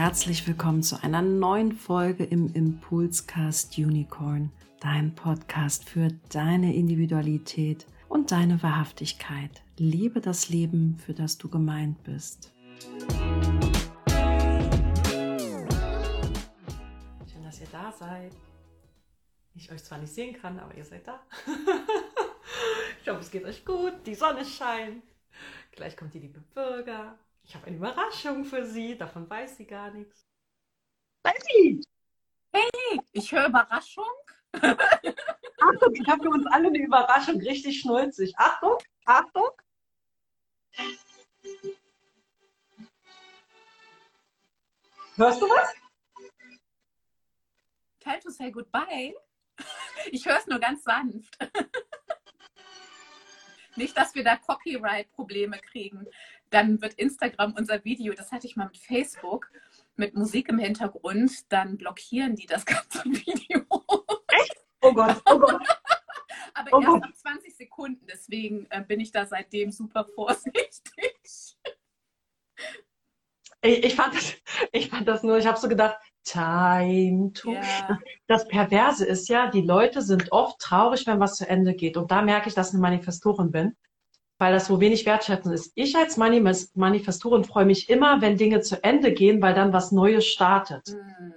herzlich willkommen zu einer neuen Folge im Impulscast Unicorn, dein Podcast für deine Individualität und deine Wahrhaftigkeit. Liebe das Leben, für das du gemeint bist. Schön, dass ihr da seid. Ich euch zwar nicht sehen kann, aber ihr seid da. Ich hoffe, es geht euch gut. Die Sonne scheint. Gleich kommt die liebe Bürger. Ich habe eine Überraschung für sie. Davon weiß sie gar nichts. Hey, Ich höre Überraschung. Achtung, ich habe für uns alle eine Überraschung. Richtig schnulzig. Achtung, Achtung. Hörst du was? Time to say goodbye. Ich höre es nur ganz sanft. Nicht, dass wir da Copyright-Probleme kriegen. Dann wird Instagram unser Video, das hatte ich mal mit Facebook, mit Musik im Hintergrund, dann blockieren die das ganze Video. Echt? Oh Gott, oh Gott. Aber Oh erst Gott. ab 20 Sekunden, deswegen bin ich da seitdem super vorsichtig. Ich fand das nur, ich habe so gedacht, time to. Ja. Das Perverse ist ja, die Leute sind oft traurig, wenn was zu Ende geht. Und da merke ich, dass ich eine Manifestorin bin, weil das so wenig wertschätzend ist. Ich als Manifestorin freue mich immer, wenn Dinge zu Ende gehen, weil dann was Neues startet.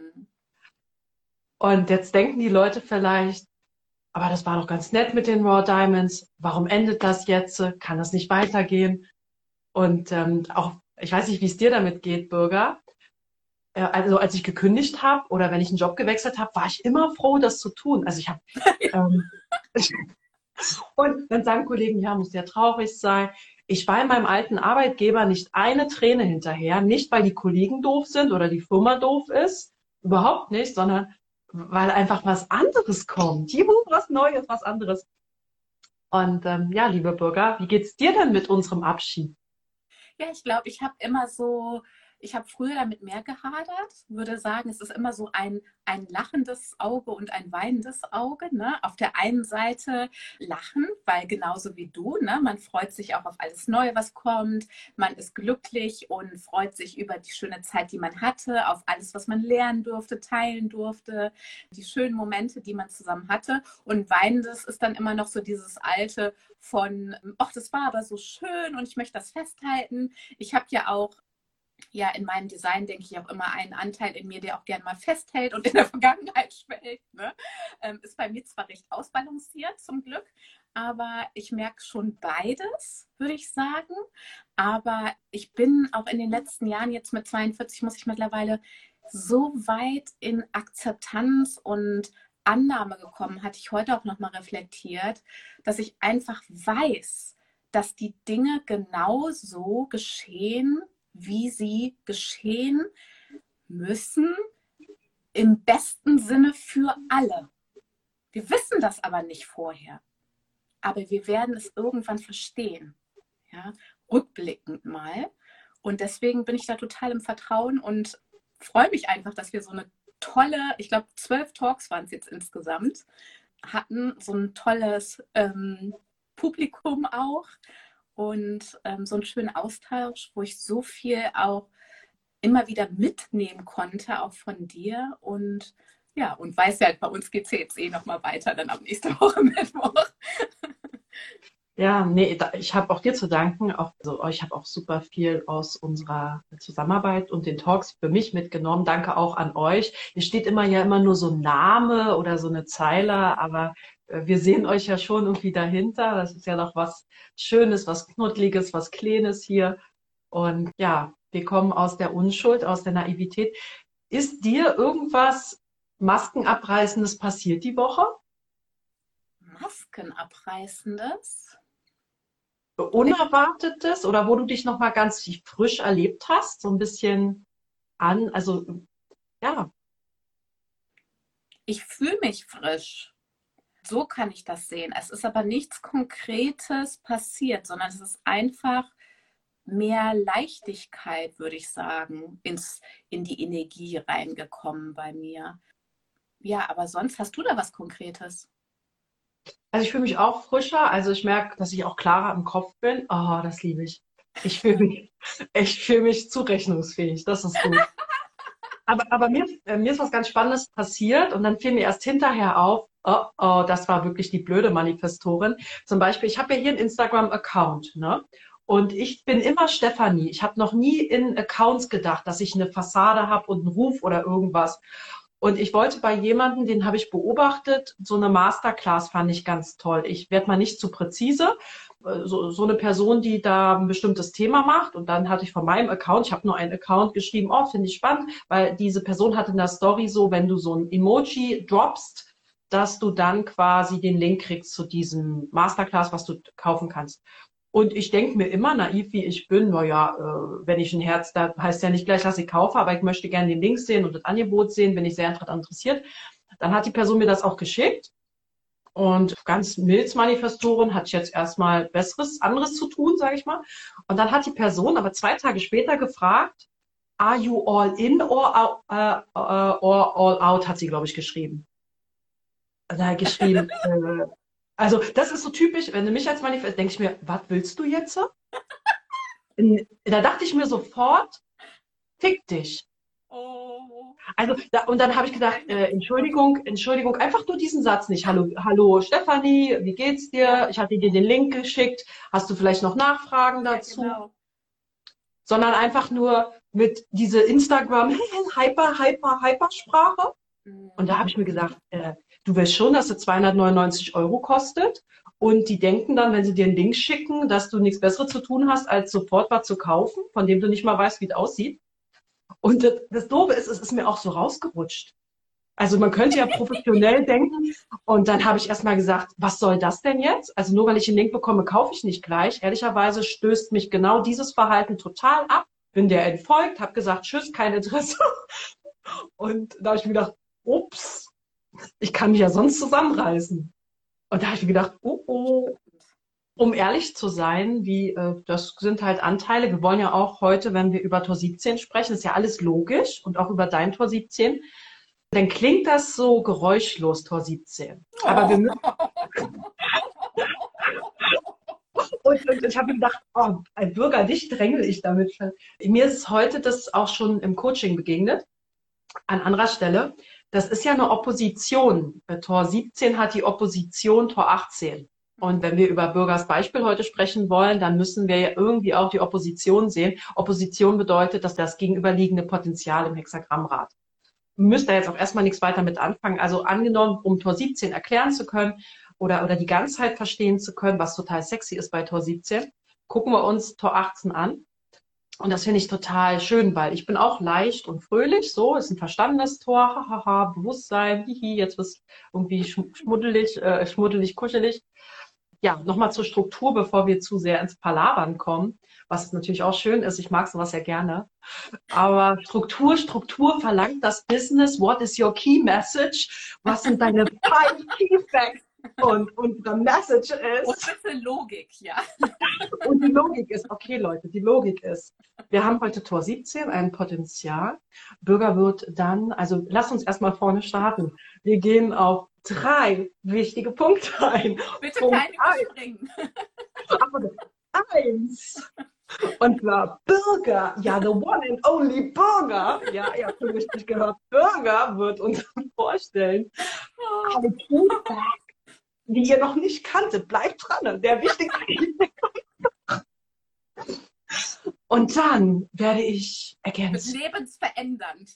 Und jetzt denken die Leute vielleicht, aber das war doch ganz nett mit den Raw Diamonds. Warum endet das jetzt? Kann das nicht weitergehen? Und auch, ich weiß nicht, wie es dir damit geht, Bürger. Also als ich gekündigt habe oder wenn ich einen Job gewechselt habe, war ich immer froh, das zu tun. Also ich habe und dann sagen Kollegen, ja, muss ja traurig sein. Ich war in meinem alten Arbeitgeber nicht eine Träne hinterher, nicht weil die Kollegen doof sind oder die Firma doof ist, überhaupt nicht, sondern weil einfach was anderes kommt. Juhu, was Neues, was anderes. Und ja, liebe Bürger, wie geht's dir denn mit unserem Abschied? Ja, ich glaube, ich habe früher damit mehr gehadert, würde sagen, es ist immer so ein lachendes Auge und ein weinendes Auge. Ne? Auf der einen Seite lachen, weil genauso wie du, ne? Man freut sich auch auf alles Neue, was kommt. Man ist glücklich und freut sich über die schöne Zeit, die man hatte, auf alles, was man lernen durfte, teilen durfte, die schönen Momente, die man zusammen hatte. Und weinendes ist dann immer noch so dieses alte von, ach, das war aber so schön und ich möchte das festhalten. Ich habe ja auch in meinem Design, denke ich, auch immer einen Anteil in mir, der auch gerne mal festhält und in der Vergangenheit schwelgt. Ne? Ist bei mir zwar recht ausbalanciert, zum Glück, aber ich merke schon beides, würde ich sagen. Aber ich bin auch in den letzten Jahren, jetzt mit 42, muss ich mittlerweile so weit in Akzeptanz und Annahme gekommen, hatte ich heute auch nochmal reflektiert, dass ich einfach weiß, dass die Dinge genau so geschehen, wie sie geschehen müssen, im besten Sinne für alle. Wir wissen das aber nicht vorher. Aber wir werden es irgendwann verstehen. Ja? Rückblickend mal. Und deswegen bin ich da total im Vertrauen und freue mich einfach, dass wir so eine tolle, ich glaube 12 Talks waren es jetzt insgesamt, hatten, so ein tolles Publikum auch. Und so einen schönen Austausch, wo ich so viel auch immer wieder mitnehmen konnte, auch von dir. Und ja, und weiß ja, bei uns geht es jetzt nochmal weiter, dann ab nächste Woche Mittwoch. Ja, nee, ich habe auch dir zu danken. Ich habe auch super viel aus unserer Zusammenarbeit und den Talks für mich mitgenommen. Danke auch an euch. Hier steht immer nur so ein Name oder so eine Zeile, aber wir sehen euch ja schon irgendwie dahinter. Das ist ja noch was Schönes, was Knuddeliges, was Kleines hier. Und ja, wir kommen aus der Unschuld, aus der Naivität. Ist dir irgendwas Maskenabreißendes passiert die Woche? Maskenabreißendes? Unerwartetes oder wo du dich noch mal ganz frisch erlebt hast, so ein bisschen also ja. Ich fühle mich frisch. So kann ich das sehen. Es ist aber nichts Konkretes passiert, sondern es ist einfach mehr Leichtigkeit, würde ich sagen, in die Energie reingekommen bei mir. Ja, aber sonst hast du da was Konkretes? Also ich fühle mich auch frischer, also ich merke, dass ich auch klarer im Kopf bin. Oh, das liebe ich. Ich fühle mich zurechnungsfähig, das ist gut. Aber mir ist was ganz Spannendes passiert und dann fiel mir erst hinterher auf, oh, oh, das war wirklich die blöde Manifestorin. Zum Beispiel, ich habe ja hier einen Instagram-Account, ne? Und ich bin immer Stefanie. Ich habe noch nie in Accounts gedacht, dass ich eine Fassade habe und einen Ruf oder irgendwas. Und ich wollte bei jemandem, den habe ich beobachtet, so eine Masterclass fand ich ganz toll. Ich werde mal nicht zu präzise. So eine Person, die da ein bestimmtes Thema macht. Und dann hatte ich von meinem Account, ich habe nur einen Account geschrieben, oh, finde ich spannend, weil diese Person hat in der Story so, wenn du so ein Emoji droppst, dass du dann quasi den Link kriegst zu diesem Masterclass, was du kaufen kannst. Und ich denke mir immer, naiv wie ich bin, naja, wenn ich ein Herz, da heißt ja nicht gleich, dass ich kaufe, aber ich möchte gerne den Link sehen und das Angebot sehen, bin ich sehr daran interessiert. Dann hat die Person mir das auch geschickt. Und ganz Milzmanifestoren hatte ich jetzt erstmal Besseres, anderes zu tun, sage ich mal. Und dann hat die Person aber 2 Tage später gefragt, are you all in or all out, hat sie, glaube ich, geschrieben. Und da hat geschrieben, also das ist so typisch, wenn du mich als Manifest, denke ich mir, was willst du jetzt? Da dachte ich mir sofort, fick dich. Oh. Also, und dann habe ich gedacht, Entschuldigung, einfach nur diesen Satz nicht. Hallo Stefanie, wie geht's dir? Ich hatte dir den Link geschickt. Hast du vielleicht noch Nachfragen dazu? Ja, genau. Sondern einfach nur mit diese Instagram Hyper-Sprache. Und da habe ich mir gedacht, du weißt schon, dass es 299 € kostet. Und die denken dann, wenn sie dir einen Link schicken, dass du nichts Besseres zu tun hast, als sofort was zu kaufen, von dem du nicht mal weißt, wie es aussieht. Und das Doofe ist, es ist mir auch so rausgerutscht. Also man könnte ja professionell denken. Und dann habe ich erstmal gesagt, was soll das denn jetzt? Also nur weil ich einen Link bekomme, kaufe ich nicht gleich. Ehrlicherweise stößt mich genau dieses Verhalten total ab. Bin der entfolgt, habe gesagt, tschüss, kein Interesse. Und da habe ich mir gedacht, ups, ich kann mich ja sonst zusammenreißen. Und da habe ich mir gedacht, oh. Um ehrlich zu sein, das sind halt Anteile. Wir wollen ja auch heute, wenn wir über Tor 17 sprechen, ist ja alles logisch und auch über dein Tor 17. Dann klingt das so geräuschlos, Tor 17. Aber wir müssen. Und ich habe mir gedacht, oh, ein Bürger, dich drängel ich damit. Mir ist heute das auch schon im Coaching begegnet, an anderer Stelle. Das ist ja eine Opposition. Tor 17 hat die Opposition Tor 18. Und wenn wir über Bürgers Beispiel heute sprechen wollen, dann müssen wir ja irgendwie auch die Opposition sehen. Opposition bedeutet, dass das gegenüberliegende Potenzial im Hexagrammrad. Müsst da jetzt auch erstmal nichts weiter mit anfangen. Also angenommen, um Tor 17 erklären zu können oder die Ganzheit verstehen zu können, was total sexy ist bei Tor 17, gucken wir uns Tor 18 an. Und das finde ich total schön, weil ich bin auch leicht und fröhlich, so, ist ein verstandenes Tor, hahaha, Bewusstsein, hihi, jetzt wird's irgendwie schmuddelig, kuschelig. Ja, nochmal zur Struktur, bevor wir zu sehr ins Palabern kommen, was natürlich auch schön ist, ich mag sowas ja gerne. Aber Struktur verlangt das Business. What is your key message? Was sind deine 5 Key Facts? Und unsere Message ist... Und bitte Logik, ja. Und die Logik ist, okay Leute, die Logik ist, wir haben heute Tor 17, ein Potenzial. Bürger wird dann, also lasst uns erstmal vorne starten. Wir gehen auf 3 wichtige Punkte ein. Bitte Punkt keine überspringen. 1. Und zwar Bürger, ja, the one and only Bürger. Ja, ihr habt richtig gehört, Bürger wird uns vorstellen. Eine Feedback, die ihr noch nicht kanntet. Bleibt dran, der wichtigste Feedback. Und dann werde ich ergänzen. Lebensverändernd.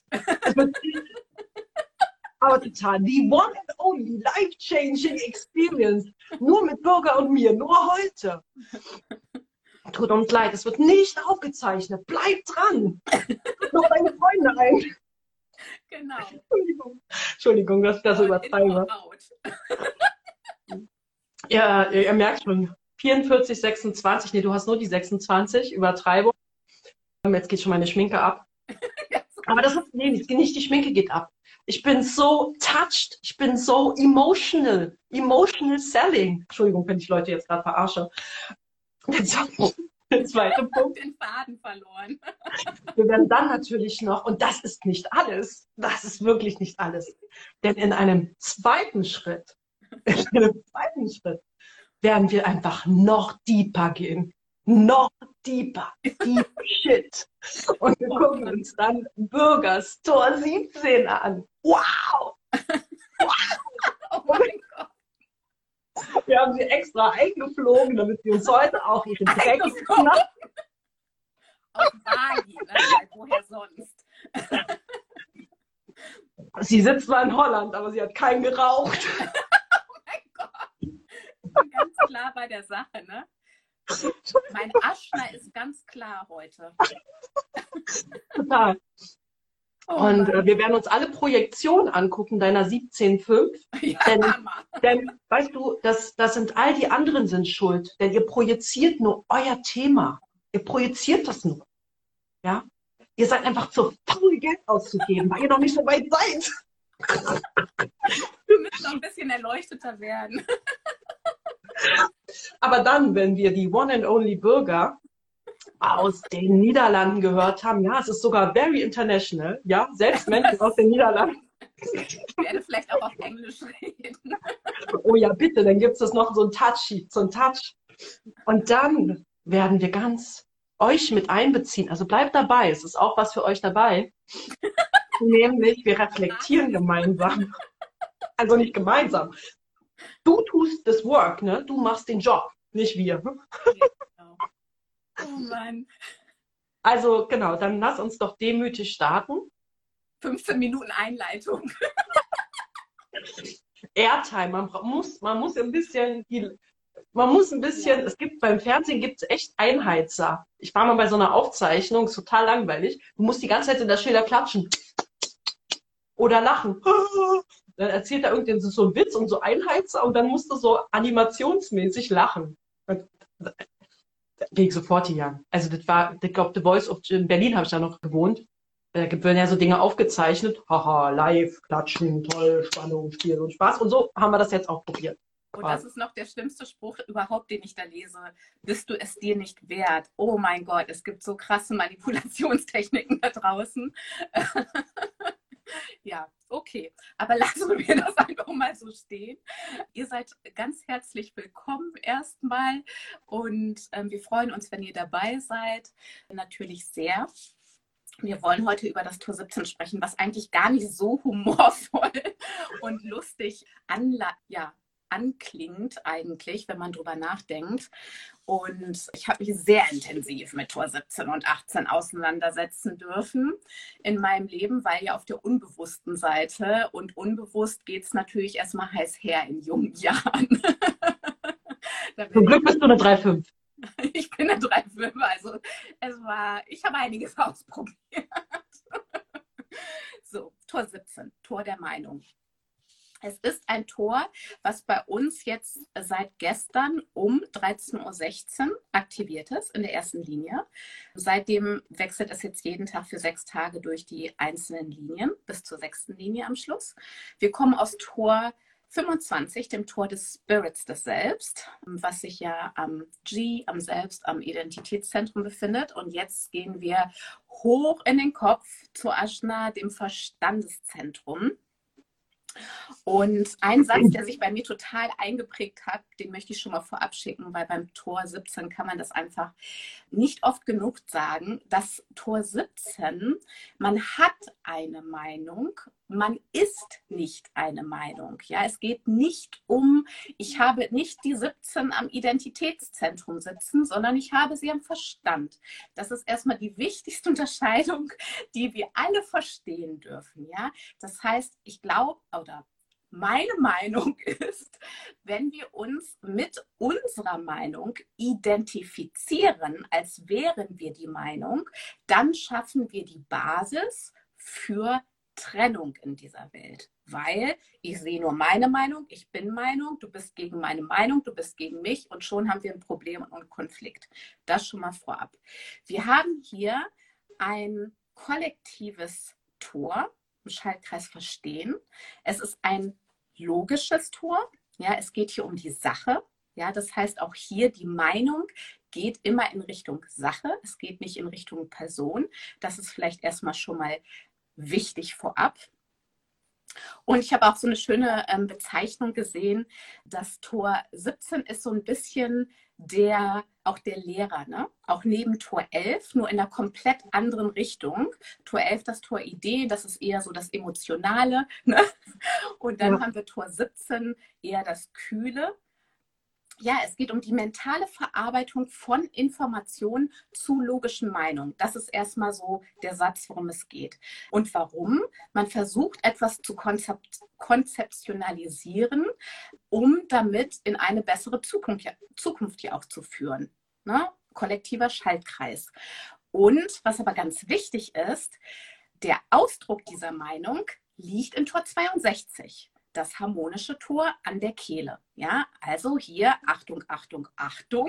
Aber total. The one and only life-changing experience. Nur mit Bürger und mir, nur heute. Tut uns leid, es wird nicht aufgezeichnet. Bleibt dran. Noch deine Freunde ein. Genau. Entschuldigung, dass ich das so übertreibe. Ja, ihr merkt schon. 44, 26. Nee, du hast nur die 26. Übertreibung. Jetzt geht schon meine Schminke ab. Aber das ist, nee, nicht die Schminke geht ab. Ich bin so touched. Ich bin so emotional. Emotional selling. Entschuldigung, wenn ich Leute jetzt gerade verarsche. Der zweite Punkt. Den Faden verloren. Wir werden dann natürlich noch, und das ist nicht alles, das ist wirklich nicht alles, denn in einem zweiten Schritt werden wir einfach noch deeper gehen. noch deeper, deep shit. Und wir gucken uns dann Bürgers Tor 17 an. Wow! Oh mein Gott. Wir haben sie extra eingeflogen, damit sie uns heute auch ihren Dreck machen. Aus Bali, ne? Weil woher sonst? Sie sitzt zwar in Holland, aber sie hat keinen geraucht. Oh mein Gott. Ich bin ganz klar bei der Sache, ne? Mein Aschner ist ganz klar heute. Total. Oh Und Mann. wir werden uns alle Projektionen angucken, deiner 17.5. Ja, Denn, Hammer. denn, weißt du, das sind all die anderen sind schuld. Denn ihr projiziert nur euer Thema. Ihr projiziert das nur. Ja? Ihr seid einfach zu faul, Geld auszugeben, weil ihr noch nicht so weit seid. Wir müssen noch ein bisschen erleuchteter werden. Aber dann, wenn wir die One and Only Bürger aus den Niederlanden gehört haben, ja, es ist sogar very international, ja, selbst Menschen aus den Niederlanden. Ich werde vielleicht auch auf Englisch reden. Oh ja, bitte, dann gibt es noch so ein Touch. Und dann werden wir ganz euch mit einbeziehen. Also bleibt dabei, es ist auch was für euch dabei. Nämlich, wir reflektieren gemeinsam. Also nicht gemeinsam. Du tust das Work, ne? Du machst den Job, nicht wir. Genau. Oh Mann. Also genau, dann lass uns doch demütig starten. 15 Minuten Einleitung. Airtime, man muss ein bisschen, es gibt beim Fernsehen gibt's echt Einheizer. Ich war mal bei so einer Aufzeichnung, ist total langweilig. Du musst die ganze Zeit in der Schilder klatschen oder lachen. Dann erzählt er irgendein so einen Witz und so Einheizer und dann musst du so animationsmäßig lachen. Und da bin ich sofort gegangen. Also das war, ich glaube, The Voice of in Berlin habe ich da noch gewohnt. Da werden ja so Dinge aufgezeichnet. Haha, live, klatschen, toll, Spannung, Spiel und Spaß. Und so haben wir das jetzt auch probiert. Und das ist noch der schlimmste Spruch überhaupt, den ich da lese. Bist du es dir nicht wert? Oh mein Gott, es gibt so krasse Manipulationstechniken da draußen. Ja, okay. Aber lassen wir das einfach mal so stehen. Ihr seid ganz herzlich willkommen erstmal und wir freuen uns, wenn ihr dabei seid. Natürlich sehr. Wir wollen heute über das Tor 17 sprechen, was eigentlich gar nicht so humorvoll und lustig anklingt eigentlich, wenn man drüber nachdenkt. Und ich habe mich sehr intensiv mit Tor 17 und 18 auseinandersetzen dürfen in meinem Leben, weil ja auf der unbewussten Seite und unbewusst geht es natürlich erstmal heiß her in jungen Jahren. Zum Glück bist du eine 3,5. Ich bin eine 3,5, also ich habe einiges ausprobiert. So, Tor 17, Tor der Meinung. Es ist ein Tor, was bei uns jetzt seit gestern um 13:16 Uhr aktiviert ist in der ersten Linie. Seitdem wechselt es jetzt jeden Tag für 6 Tage durch die einzelnen Linien bis zur 6. Linie am Schluss. Wir kommen aus Tor 25, dem Tor des Spirits des Selbst, was sich ja am Selbst, am Identitätszentrum befindet. Und jetzt gehen wir hoch in den Kopf zu Ajna, dem Verstandeszentrum. Und ein Satz, der sich bei mir total eingeprägt hat, den möchte ich schon mal vorab schicken, weil beim Tor 17 kann man das einfach nicht oft genug sagen. Das Tor 17, man hat eine Meinung, man ist nicht eine Meinung. Ja, es geht nicht um, ich habe nicht die 17 am Identitätszentrum sitzen, sondern ich habe sie am Verstand. Das ist erstmal die wichtigste Unterscheidung, die wir alle verstehen dürfen. Ja, das heißt, ich glaube, oder meine Meinung ist, wenn wir uns mit unserer Meinung identifizieren, als wären wir die Meinung, dann schaffen wir die Basis für Trennung in dieser Welt. Weil ich sehe nur meine Meinung, ich bin Meinung, du bist gegen meine Meinung, du bist gegen mich und schon haben wir ein Problem und einen Konflikt. Das schon mal vorab. Wir haben hier ein kollektives Tor im Schaltkreis Verstehen. Es ist ein logisches Tor. Ja, es geht hier um die Sache. Ja, das heißt auch hier die Meinung geht immer in Richtung Sache. Es geht nicht in Richtung Person. Das ist vielleicht erstmal schon mal wichtig vorab. Und ich habe auch so eine schöne Bezeichnung gesehen. Das Tor 17 ist so ein bisschen auch der Lehrer, ne? Auch neben Tor 11, nur in einer komplett anderen Richtung. Tor 11, das Tor Idee, das ist eher so das Emotionale, ne? Und dann haben wir Tor 17, eher das Kühle. Ja, es geht um die mentale Verarbeitung von Informationen zu logischen Meinungen. Das ist erstmal so der Satz, worum es geht. Und warum? Man versucht, etwas zu konzeptionalisieren, um damit in eine bessere Zukunft hier auch zu führen. Ne? Kollektiver Schaltkreis. Und was aber ganz wichtig ist, der Ausdruck dieser Meinung liegt in Tor 62. Das harmonische Tor an der Kehle. Ja, also hier, Achtung, Achtung, Achtung.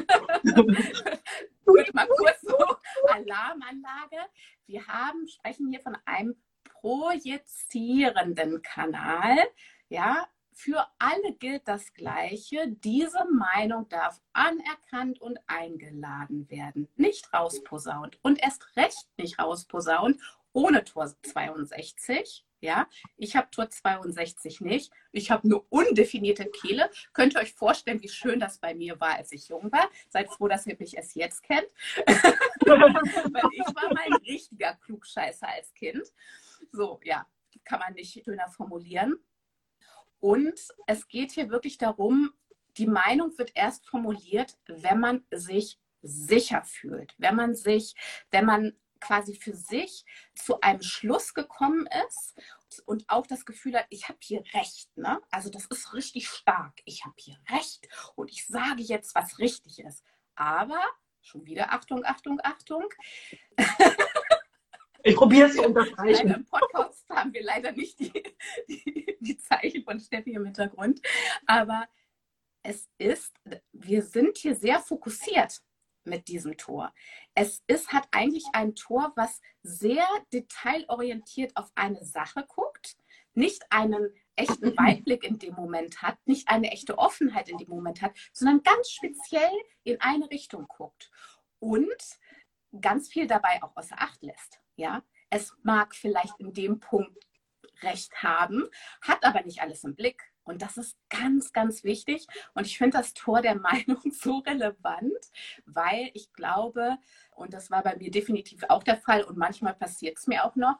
Wird mal kurz so Alarmanlage. Wir sprechen hier von einem projizierenden Kanal. Ja, für alle gilt das Gleiche. Diese Meinung darf anerkannt und eingeladen werden. Nicht rausposaunt und erst recht nicht rausposaunt ohne Tor 62. Ja, ich habe Tor 62 nicht. Ich habe eine undefinierte Kehle. Könnt ihr euch vorstellen, wie schön das bei mir war, als ich jung war? Seid froh, dass ihr mich erst jetzt kennt. Weil ich war mal ein richtiger Klugscheißer als Kind. So, ja, kann man nicht schöner formulieren. Und es geht hier wirklich darum, die Meinung wird erst formuliert, wenn man sich sicher fühlt. Wenn man quasi für sich zu einem Schluss gekommen ist und auch das Gefühl hat, ich habe hier Recht. Ne? Also das ist richtig stark. Ich habe hier Recht und ich sage jetzt, was richtig ist. Aber, schon wieder Achtung, Achtung, Achtung. Ich probiere es zu unterstreichen. Im Podcast haben wir leider nicht die Zeichen von Steffi im Hintergrund. Aber wir sind hier sehr fokussiert mit diesem Tor. Hat eigentlich ein Tor, was sehr detailorientiert auf eine Sache guckt, nicht einen echten Weitblick in dem Moment hat, nicht eine echte Offenheit in dem Moment hat, sondern ganz speziell in eine Richtung guckt und ganz viel dabei auch außer Acht lässt. Ja? Es mag vielleicht in dem Punkt Recht haben, hat aber nicht alles im Blick. Und das ist ganz, ganz wichtig. Und ich finde das Tor der Meinung so relevant, weil ich glaube, und das war bei mir definitiv auch der Fall und manchmal passiert es mir auch noch,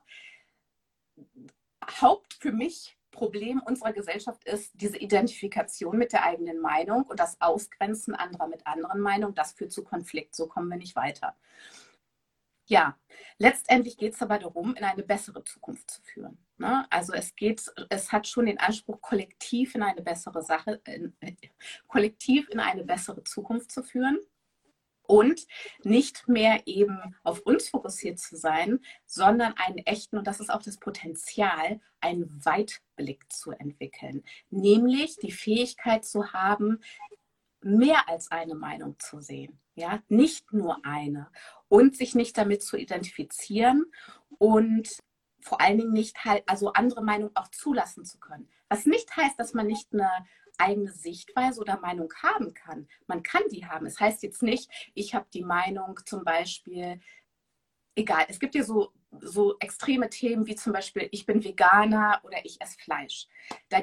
für mich Problem unserer Gesellschaft ist diese Identifikation mit der eigenen Meinung und das Ausgrenzen anderer mit anderen Meinungen. Das führt zu Konflikt. So kommen wir nicht weiter. Ja, letztendlich geht es aber darum, in eine bessere Zukunft zu führen. Ne? Also es hat schon den Anspruch, kollektiv in eine bessere Zukunft zu führen und nicht mehr eben auf uns fokussiert zu sein, sondern einen echten, und das ist auch das Potenzial, einen Weitblick zu entwickeln. Nämlich die Fähigkeit zu haben, mehr als eine Meinung zu sehen. Ja, nicht nur eine. Und sich nicht damit zu identifizieren und vor allen Dingen nicht also andere Meinungen auch zulassen zu können. Was nicht heißt, dass man nicht eine eigene Sichtweise oder Meinung haben kann. Man kann die haben. Es heißt jetzt nicht, ich habe die Meinung zum Beispiel, egal, es gibt ja so extreme Themen wie zum Beispiel, ich bin Veganer oder ich esse Fleisch. Da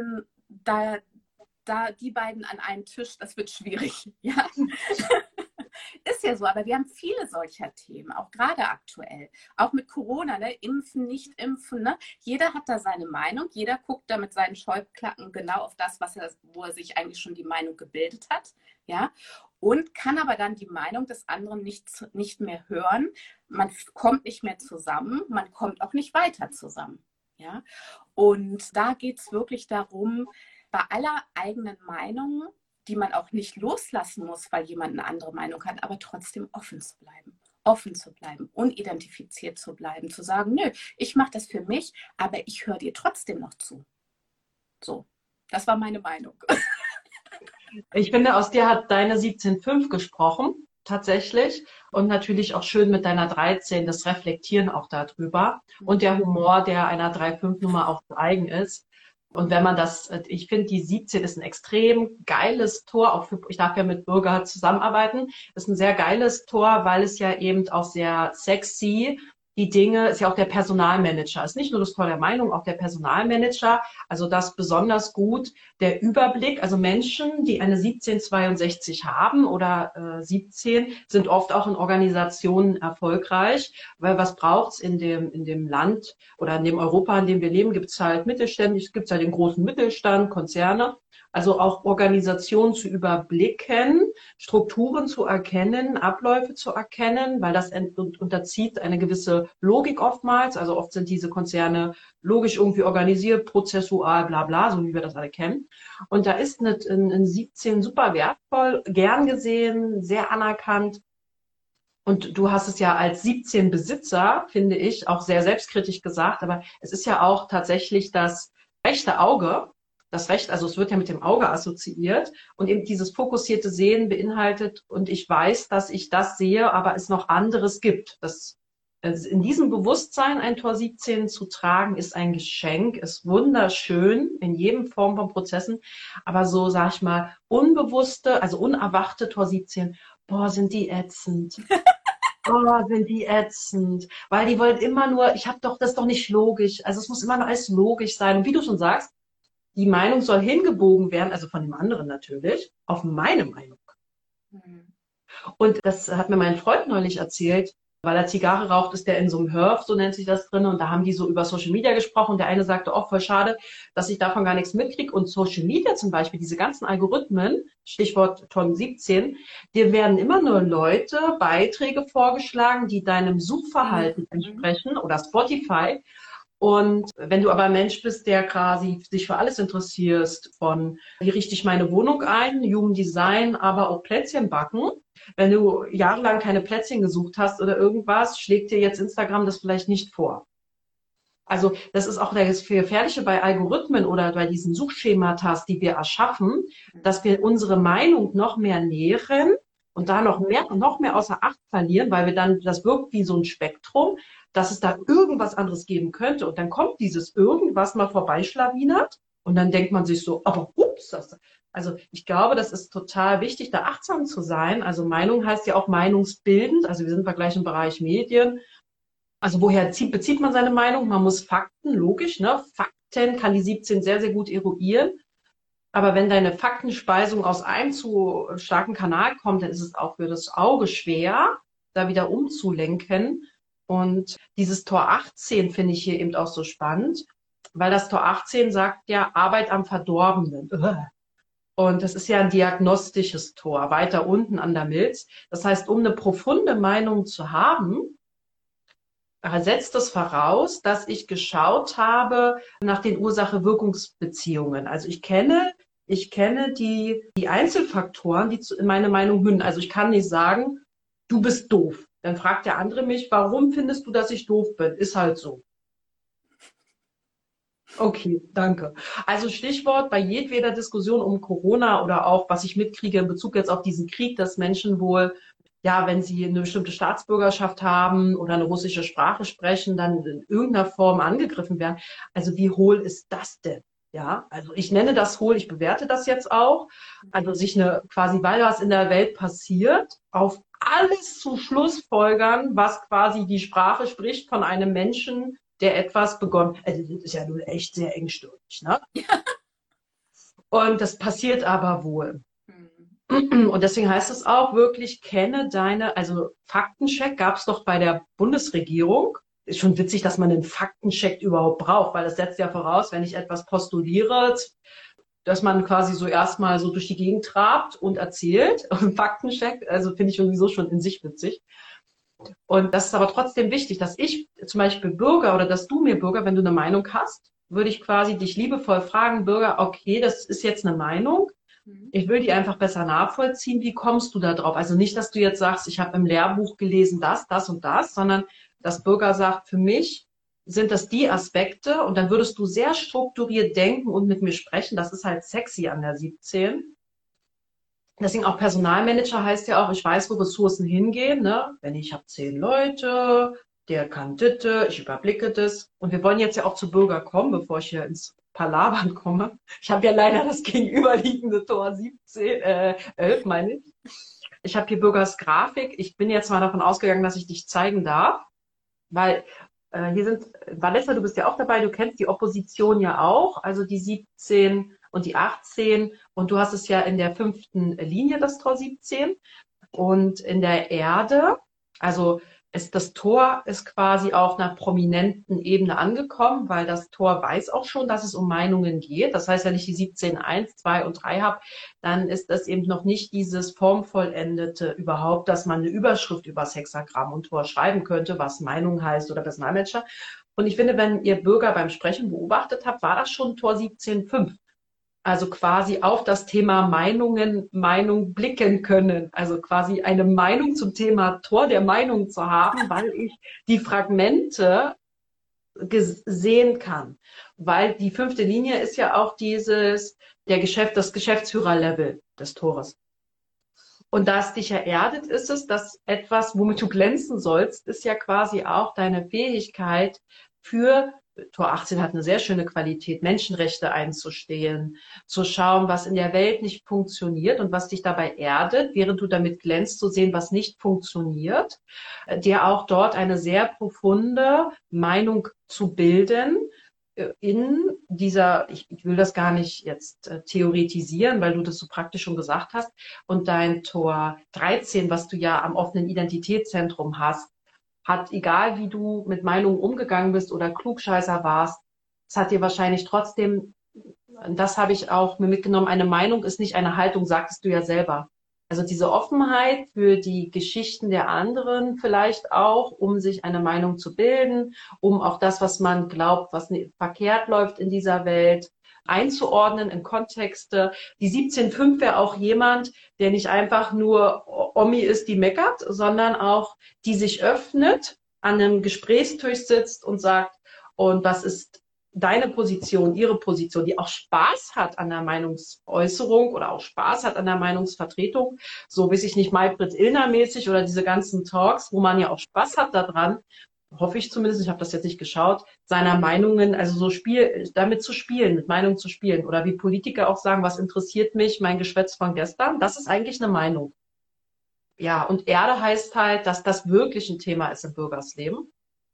die beiden an einen Tisch, das wird schwierig. Ja? Ist ja so, aber wir haben viele solcher Themen, auch gerade aktuell. Auch mit Corona, ne? Impfen, nicht impfen. Ne? Jeder hat da seine Meinung. Jeder guckt da mit seinen Scheuklappen genau auf das, wo er sich eigentlich schon die Meinung gebildet hat. Ja? Und kann aber dann die Meinung des anderen nicht mehr hören. Man kommt nicht mehr zusammen. Man kommt auch nicht weiter zusammen. Ja? Und da geht es wirklich darum, bei aller eigenen Meinung, die man auch nicht loslassen muss, weil jemand eine andere Meinung hat, aber trotzdem offen zu bleiben, unidentifiziert zu bleiben, zu sagen, nö, ich mache das für mich, aber ich höre dir trotzdem noch zu. So, das war meine Meinung. Ich finde, aus dir hat deine 17.5 gesprochen, tatsächlich. Und natürlich auch schön mit deiner 13, das Reflektieren auch darüber. Und der Humor, der einer 3.5-Nummer auch eigen ist. Und wenn man ich finde, die 17 ist ein extrem geiles Tor, auch ich darf ja mit Bürger zusammenarbeiten, ist ein sehr geiles Tor, weil es ja eben auch sehr sexy die Dinge, ist ja auch der Personalmanager, ist nicht nur das Tor der Meinung, auch der Personalmanager, also das besonders gut, der Überblick, also Menschen, die eine 1762 haben oder 17, sind oft auch in Organisationen erfolgreich, weil was braucht's in dem Land oder in dem Europa, in dem wir leben, gibt's halt mittelständig, gibt's halt den großen Mittelstand, Konzerne, also auch Organisationen zu überblicken, Strukturen zu erkennen, Abläufe zu erkennen, weil das unterzieht eine gewisse Logik oftmals. Also oft sind diese Konzerne logisch irgendwie organisiert, prozessual, bla bla, so wie wir das alle kennen. Und da ist ein 17 super wertvoll, gern gesehen, sehr anerkannt. Und du hast es ja als 17 Besitzer, finde ich, auch sehr selbstkritisch gesagt, aber es ist ja auch tatsächlich das rechte Auge, das Recht, also es wird ja mit dem Auge assoziiert und eben dieses fokussierte Sehen beinhaltet und ich weiß, dass ich das sehe, aber es noch anderes gibt. Also in diesem Bewusstsein ein Tor 17 zu tragen, ist ein Geschenk, ist wunderschön in jedem Form von Prozessen, aber so, sag ich mal, unbewusste, also unerwachte Tor 17, boah, sind die ätzend. Oh, sind die ätzend. Weil die wollen immer nur, das ist doch nicht logisch. Also es muss immer nur alles logisch sein. Und wie du schon sagst, die Meinung soll hingebogen werden, also von dem anderen natürlich, auf meine Meinung. Mhm. Und das hat mir mein Freund neulich erzählt, weil er Zigarre raucht, ist der in so einem Hörf, so nennt sich das drin, und da haben die so über Social Media gesprochen und der eine sagte, oh, voll schade, dass ich davon gar nichts mitkriege. Und Social Media zum Beispiel, diese ganzen Algorithmen, Stichwort Ton 17, dir werden immer nur Leute, Beiträge vorgeschlagen, die deinem Suchverhalten entsprechen oder Spotify. Und wenn du aber ein Mensch bist, der quasi sich für alles interessierst, von wie richte ich meine Wohnung ein, Human Design, aber auch Plätzchen backen, wenn du jahrelang keine Plätzchen gesucht hast oder irgendwas, schlägt dir jetzt Instagram das vielleicht nicht vor. Also das ist auch das Gefährliche bei Algorithmen oder bei diesen Suchschematas, die wir erschaffen, dass wir unsere Meinung noch mehr nähren und da noch mehr außer Acht verlieren, weil wir dann, das wirkt wie so ein Spektrum, dass es da irgendwas anderes geben könnte. Und dann kommt dieses irgendwas mal vorbeischlawinert und dann denkt man sich so, aber ups, also ich glaube, das ist total wichtig, da achtsam zu sein. Also Meinung heißt ja auch meinungsbildend. Also wir sind gleich im Bereich Medien. Also woher bezieht man seine Meinung? Man muss Fakten, logisch, ne? Fakten kann die 17 sehr, sehr gut eruieren. Aber wenn deine Faktenspeisung aus einem zu starken Kanal kommt, dann ist es auch für das Auge schwer, da wieder umzulenken. Und dieses Tor 18 finde ich hier eben auch so spannend, weil das Tor 18 sagt ja Arbeit am Verdorbenen. Und das ist ja ein diagnostisches Tor, weiter unten an der Milz. Das heißt, um eine profunde Meinung zu haben, setzt es voraus, dass ich geschaut habe nach den Ursache-Wirkungsbeziehungen. Also ich kenne die Einzelfaktoren, die in meine Meinung münden. Also ich kann nicht sagen, du bist doof. Dann fragt der andere mich, warum findest du, dass ich doof bin? Ist halt so. Okay, danke. Also Stichwort bei jedweder Diskussion um Corona oder auch, was ich mitkriege in Bezug jetzt auf diesen Krieg, dass Menschen wohl, ja, wenn sie eine bestimmte Staatsbürgerschaft haben oder eine russische Sprache sprechen, dann in irgendeiner Form angegriffen werden. Also wie hohl ist das denn? Ja, also ich nenne das hohl, ich bewerte das jetzt auch. Also sich quasi, weil was in der Welt passiert, auf alles zu Schlussfolgern, was quasi die Sprache spricht von einem Menschen, der etwas begonnen. Also das ist ja nun echt sehr engstirnig, ne? Ja. Und das passiert aber wohl. Und deswegen heißt es auch wirklich, also Faktencheck gab es doch bei der Bundesregierung. Ist schon witzig, dass man einen Faktencheck überhaupt braucht, weil das setzt ja voraus, wenn ich etwas postuliere, dass man quasi so erstmal so durch die Gegend trabt und erzählt. Und Faktencheck, also finde ich sowieso schon in sich witzig. Und das ist aber trotzdem wichtig, dass ich zum Beispiel Bürger oder dass du mir Bürger, wenn du eine Meinung hast, würde ich quasi dich liebevoll fragen, Bürger, okay, das ist jetzt eine Meinung. Ich will die einfach besser nachvollziehen. Wie kommst du da drauf? Also nicht, dass du jetzt sagst, ich habe im Lehrbuch gelesen das und das, sondern dass Bürger sagt, für mich sind das die Aspekte und dann würdest du sehr strukturiert denken und mit mir sprechen. Das ist halt sexy an der 17. Deswegen auch Personalmanager heißt ja auch, ich weiß, wo Ressourcen hingehen. Ne? Wenn ich habe 10 Leute, der kann Ditte, ich überblicke das. Und wir wollen jetzt ja auch zu Bürger kommen, bevor ich hier ins Palabern komme. Ich habe ja leider das gegenüberliegende Tor 11, meine ich. Ich habe hier Bürgers Grafik. Ich bin jetzt mal davon ausgegangen, dass ich dich zeigen darf. weil hier sind, Vanessa, du bist ja auch dabei, du kennst die Opposition ja auch, also die 17 und die 18 und du hast es ja in der 5. Linie, das Tor 17 und in der Erde, also das Tor ist quasi auf einer prominenten Ebene angekommen, weil das Tor weiß auch schon, dass es um Meinungen geht. Das heißt, wenn ich die 17, 1, 2 und 3 habe, dann ist das eben noch nicht dieses formvollendete überhaupt, dass man eine Überschrift über das Hexagramm und Tor schreiben könnte, was Meinung heißt oder Personalmanager. Und ich finde, wenn ihr Bürger beim Sprechen beobachtet habt, war das schon Tor 17.5. Also quasi auf das Thema Meinung blicken können. Also quasi eine Meinung zum Thema Tor der Meinung zu haben, weil ich die Fragmente sehen kann. Weil die 5. Linie ist ja auch das Geschäftsführerlevel des Tores. Und da es dich ja erdet, ist es, dass etwas, womit du glänzen sollst, ist ja quasi auch deine Fähigkeit für Tor 18 hat eine sehr schöne Qualität, Menschenrechte einzustehen, zu schauen, was in der Welt nicht funktioniert und was dich dabei erdet, während du damit glänzt, zu sehen, was nicht funktioniert, dir auch dort eine sehr profunde Meinung zu bilden, in dieser, ich will das gar nicht jetzt theoretisieren, weil du das so praktisch schon gesagt hast, und dein Tor 13, was du ja am offenen Identitätszentrum hast, hat, egal wie du mit Meinungen umgegangen bist oder Klugscheißer warst, es hat dir wahrscheinlich trotzdem, das habe ich auch mir mitgenommen, eine Meinung ist nicht eine Haltung, sagtest du ja selber. Also diese Offenheit für die Geschichten der anderen vielleicht auch, um sich eine Meinung zu bilden, um auch das, was man glaubt, was verkehrt läuft in dieser Welt, einzuordnen in Kontexte. Die 17.5 wäre auch jemand, der nicht einfach nur Omi ist, die meckert, sondern auch die sich öffnet, an einem Gesprächstisch sitzt und sagt, und was ist deine Position, ihre Position, die auch Spaß hat an der Meinungsäußerung oder auch Spaß hat an der Meinungsvertretung, so weiß ich nicht, Maybrit Illner mäßig oder diese ganzen Talks, wo man ja auch Spaß hat daran, hoffe ich zumindest, ich habe das jetzt nicht geschaut, seiner Meinungen, also so damit zu spielen, mit Meinung zu spielen. Oder wie Politiker auch sagen, was interessiert mich, mein Geschwätz von gestern, das ist eigentlich eine Meinung. Ja, und Erde heißt halt, dass das wirklich ein Thema ist im Bürgersleben.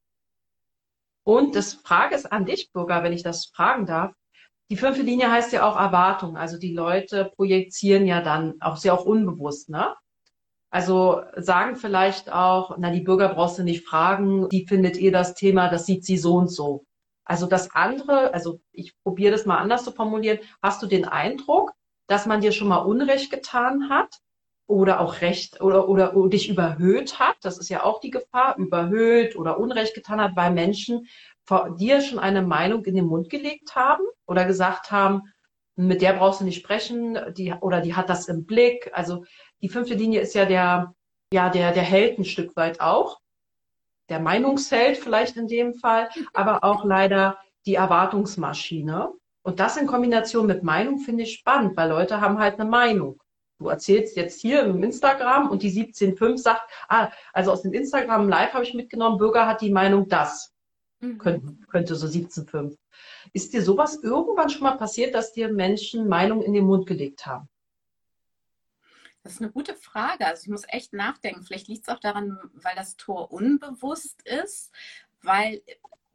Und das Frage ist an dich, Bürger, wenn ich das fragen darf. Die 5. Linie heißt ja auch Erwartung. Also die Leute projizieren ja dann auch sehr auch unbewusst, ne? Also sagen vielleicht auch, na, die Bürger brauchst du nicht fragen, wie findet ihr das Thema, das sieht sie so und so. Also das andere, also ich probiere das mal anders zu formulieren, hast du den Eindruck, dass man dir schon mal Unrecht getan hat oder auch Recht oder dich überhöht hat, das ist ja auch die Gefahr, überhöht oder Unrecht getan hat, weil Menschen vor dir schon eine Meinung in den Mund gelegt haben oder gesagt haben, mit der brauchst du nicht sprechen, die hat das im Blick. Also die 5. Linie ist ja der Held ein Stück weit auch, der Meinungsheld vielleicht in dem Fall, aber auch leider die Erwartungsmaschine. Und das in Kombination mit Meinung finde ich spannend, weil Leute haben halt eine Meinung. Du erzählst jetzt hier im Instagram und die 17.5 sagt, also aus dem Instagram Live habe ich mitgenommen, Bürger hat die Meinung das. Könnte so 17.5. Ist dir sowas irgendwann schon mal passiert, dass dir Menschen Meinung in den Mund gelegt haben? Das ist eine gute Frage. Also ich muss echt nachdenken. Vielleicht liegt es auch daran, weil das Tor unbewusst ist, weil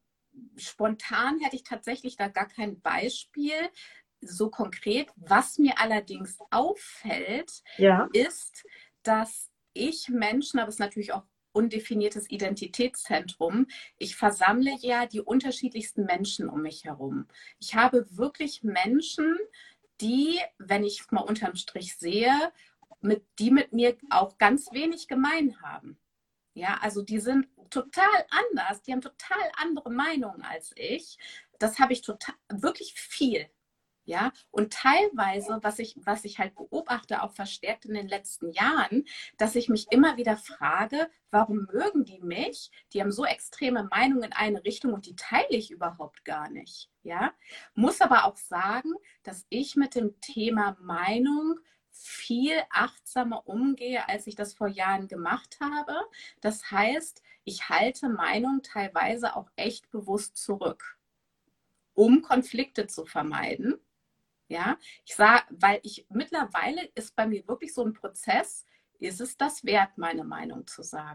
spontan hätte ich tatsächlich da gar kein Beispiel so konkret. Was mir allerdings auffällt, ist, dass ich Menschen, aber es ist natürlich auch undefiniertes Identitätszentrum. Ich versammle ja die unterschiedlichsten Menschen um mich herum. Ich habe wirklich Menschen, die, wenn ich mal unterm Strich sehe, die mit mir auch ganz wenig gemein haben. Ja, also die sind total anders, die haben total andere Meinungen als ich. Das habe ich wirklich viel. Ja, und teilweise, was ich halt beobachte, auch verstärkt in den letzten Jahren, dass ich mich immer wieder frage, warum mögen die mich? Die haben so extreme Meinungen in eine Richtung und die teile ich überhaupt gar nicht. Ja, muss aber auch sagen, dass ich mit dem Thema Meinung viel achtsamer umgehe, als ich das vor Jahren gemacht habe. Das heißt, ich halte Meinung teilweise auch echt bewusst zurück, um Konflikte zu vermeiden. Ja, ich sage, weil mittlerweile ist bei mir wirklich so ein Prozess, ist es das wert, meine Meinung zu sagen?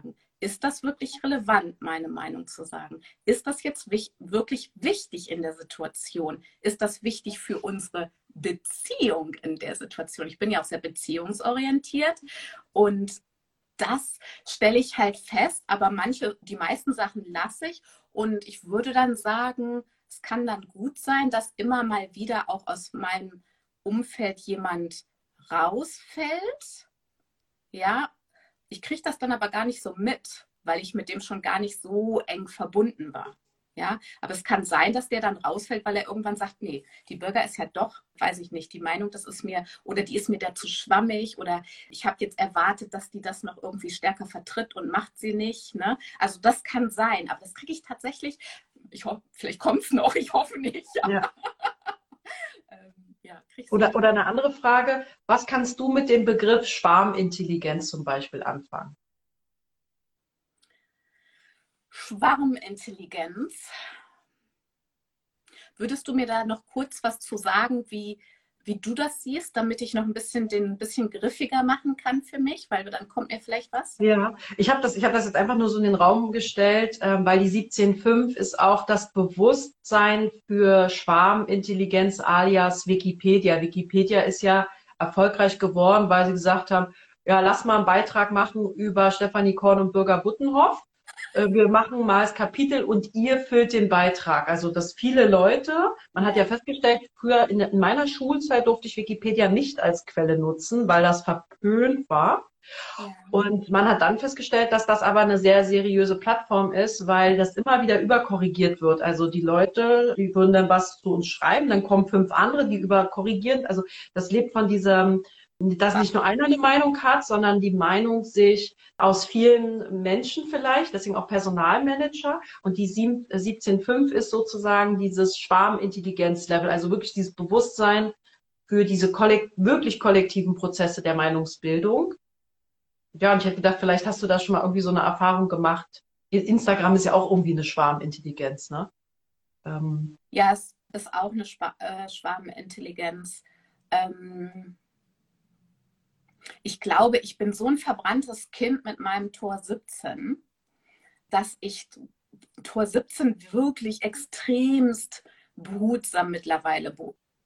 ist das wirklich relevant, meine Meinung zu sagen? Ist das jetzt wirklich wichtig in der Situation? Ist das wichtig für unsere Beziehung in der Situation? Ich bin ja auch sehr beziehungsorientiert und das stelle ich halt fest, aber die meisten Sachen lasse ich und ich würde dann sagen, es kann dann gut sein, dass immer mal wieder auch aus meinem Umfeld jemand rausfällt. Ja, ich kriege das dann aber gar nicht so mit, weil ich mit dem schon gar nicht so eng verbunden war. Ja, aber es kann sein, dass der dann rausfällt, weil er irgendwann sagt, nee, die Bürger ist ja doch, weiß ich nicht, die Meinung, das ist mir, oder die ist mir da zu schwammig, oder ich habe jetzt erwartet, dass die das noch irgendwie stärker vertritt und macht sie nicht. Ne? Also das kann sein, aber das kriege ich tatsächlich, ich hoffe, vielleicht kommt es noch, ich hoffe nicht. Ja. Ja, Oder eine andere Frage, was kannst du mit dem Begriff Schwarmintelligenz zum Beispiel anfangen? Schwarmintelligenz. Würdest du mir da noch kurz was zu sagen, wie du das siehst, damit ich noch ein bisschen griffiger machen kann für mich, weil dann kommt mir vielleicht was? Ja, ich habe das jetzt einfach nur so in den Raum gestellt, weil die 17.5 ist auch das Bewusstsein für Schwarmintelligenz alias Wikipedia. Wikipedia ist ja erfolgreich geworden, weil sie gesagt haben, ja, lass mal einen Beitrag machen über Stefanie Korn und Bürger Buttenhoff. Wir machen mal das Kapitel und ihr füllt den Beitrag. Also, dass viele Leute, man hat ja festgestellt, früher in meiner Schulzeit durfte ich Wikipedia nicht als Quelle nutzen, weil das verpönt war. Ja. Und man hat dann festgestellt, dass das aber eine sehr seriöse Plattform ist, weil das immer wieder überkorrigiert wird. Also die Leute, die würden dann was zu uns schreiben, dann kommen 5 andere, die überkorrigieren. Also das lebt von diesem, dass nicht nur einer eine Meinung hat, sondern die Meinung sich aus vielen Menschen vielleicht, deswegen auch Personalmanager. Und die 17.5 ist sozusagen dieses Schwarmintelligenzlevel, also wirklich dieses Bewusstsein für diese wirklich kollektiven Prozesse der Meinungsbildung. Ja, und ich hätte gedacht, vielleicht hast du da schon mal irgendwie so eine Erfahrung gemacht. Instagram ist ja auch irgendwie eine Schwarmintelligenz, ne? Ja, es ist auch eine Schwarmintelligenz. Ich glaube, ich bin so ein verbranntes Kind mit meinem Tor 17, dass ich Tor 17 wirklich extremst behutsam mittlerweile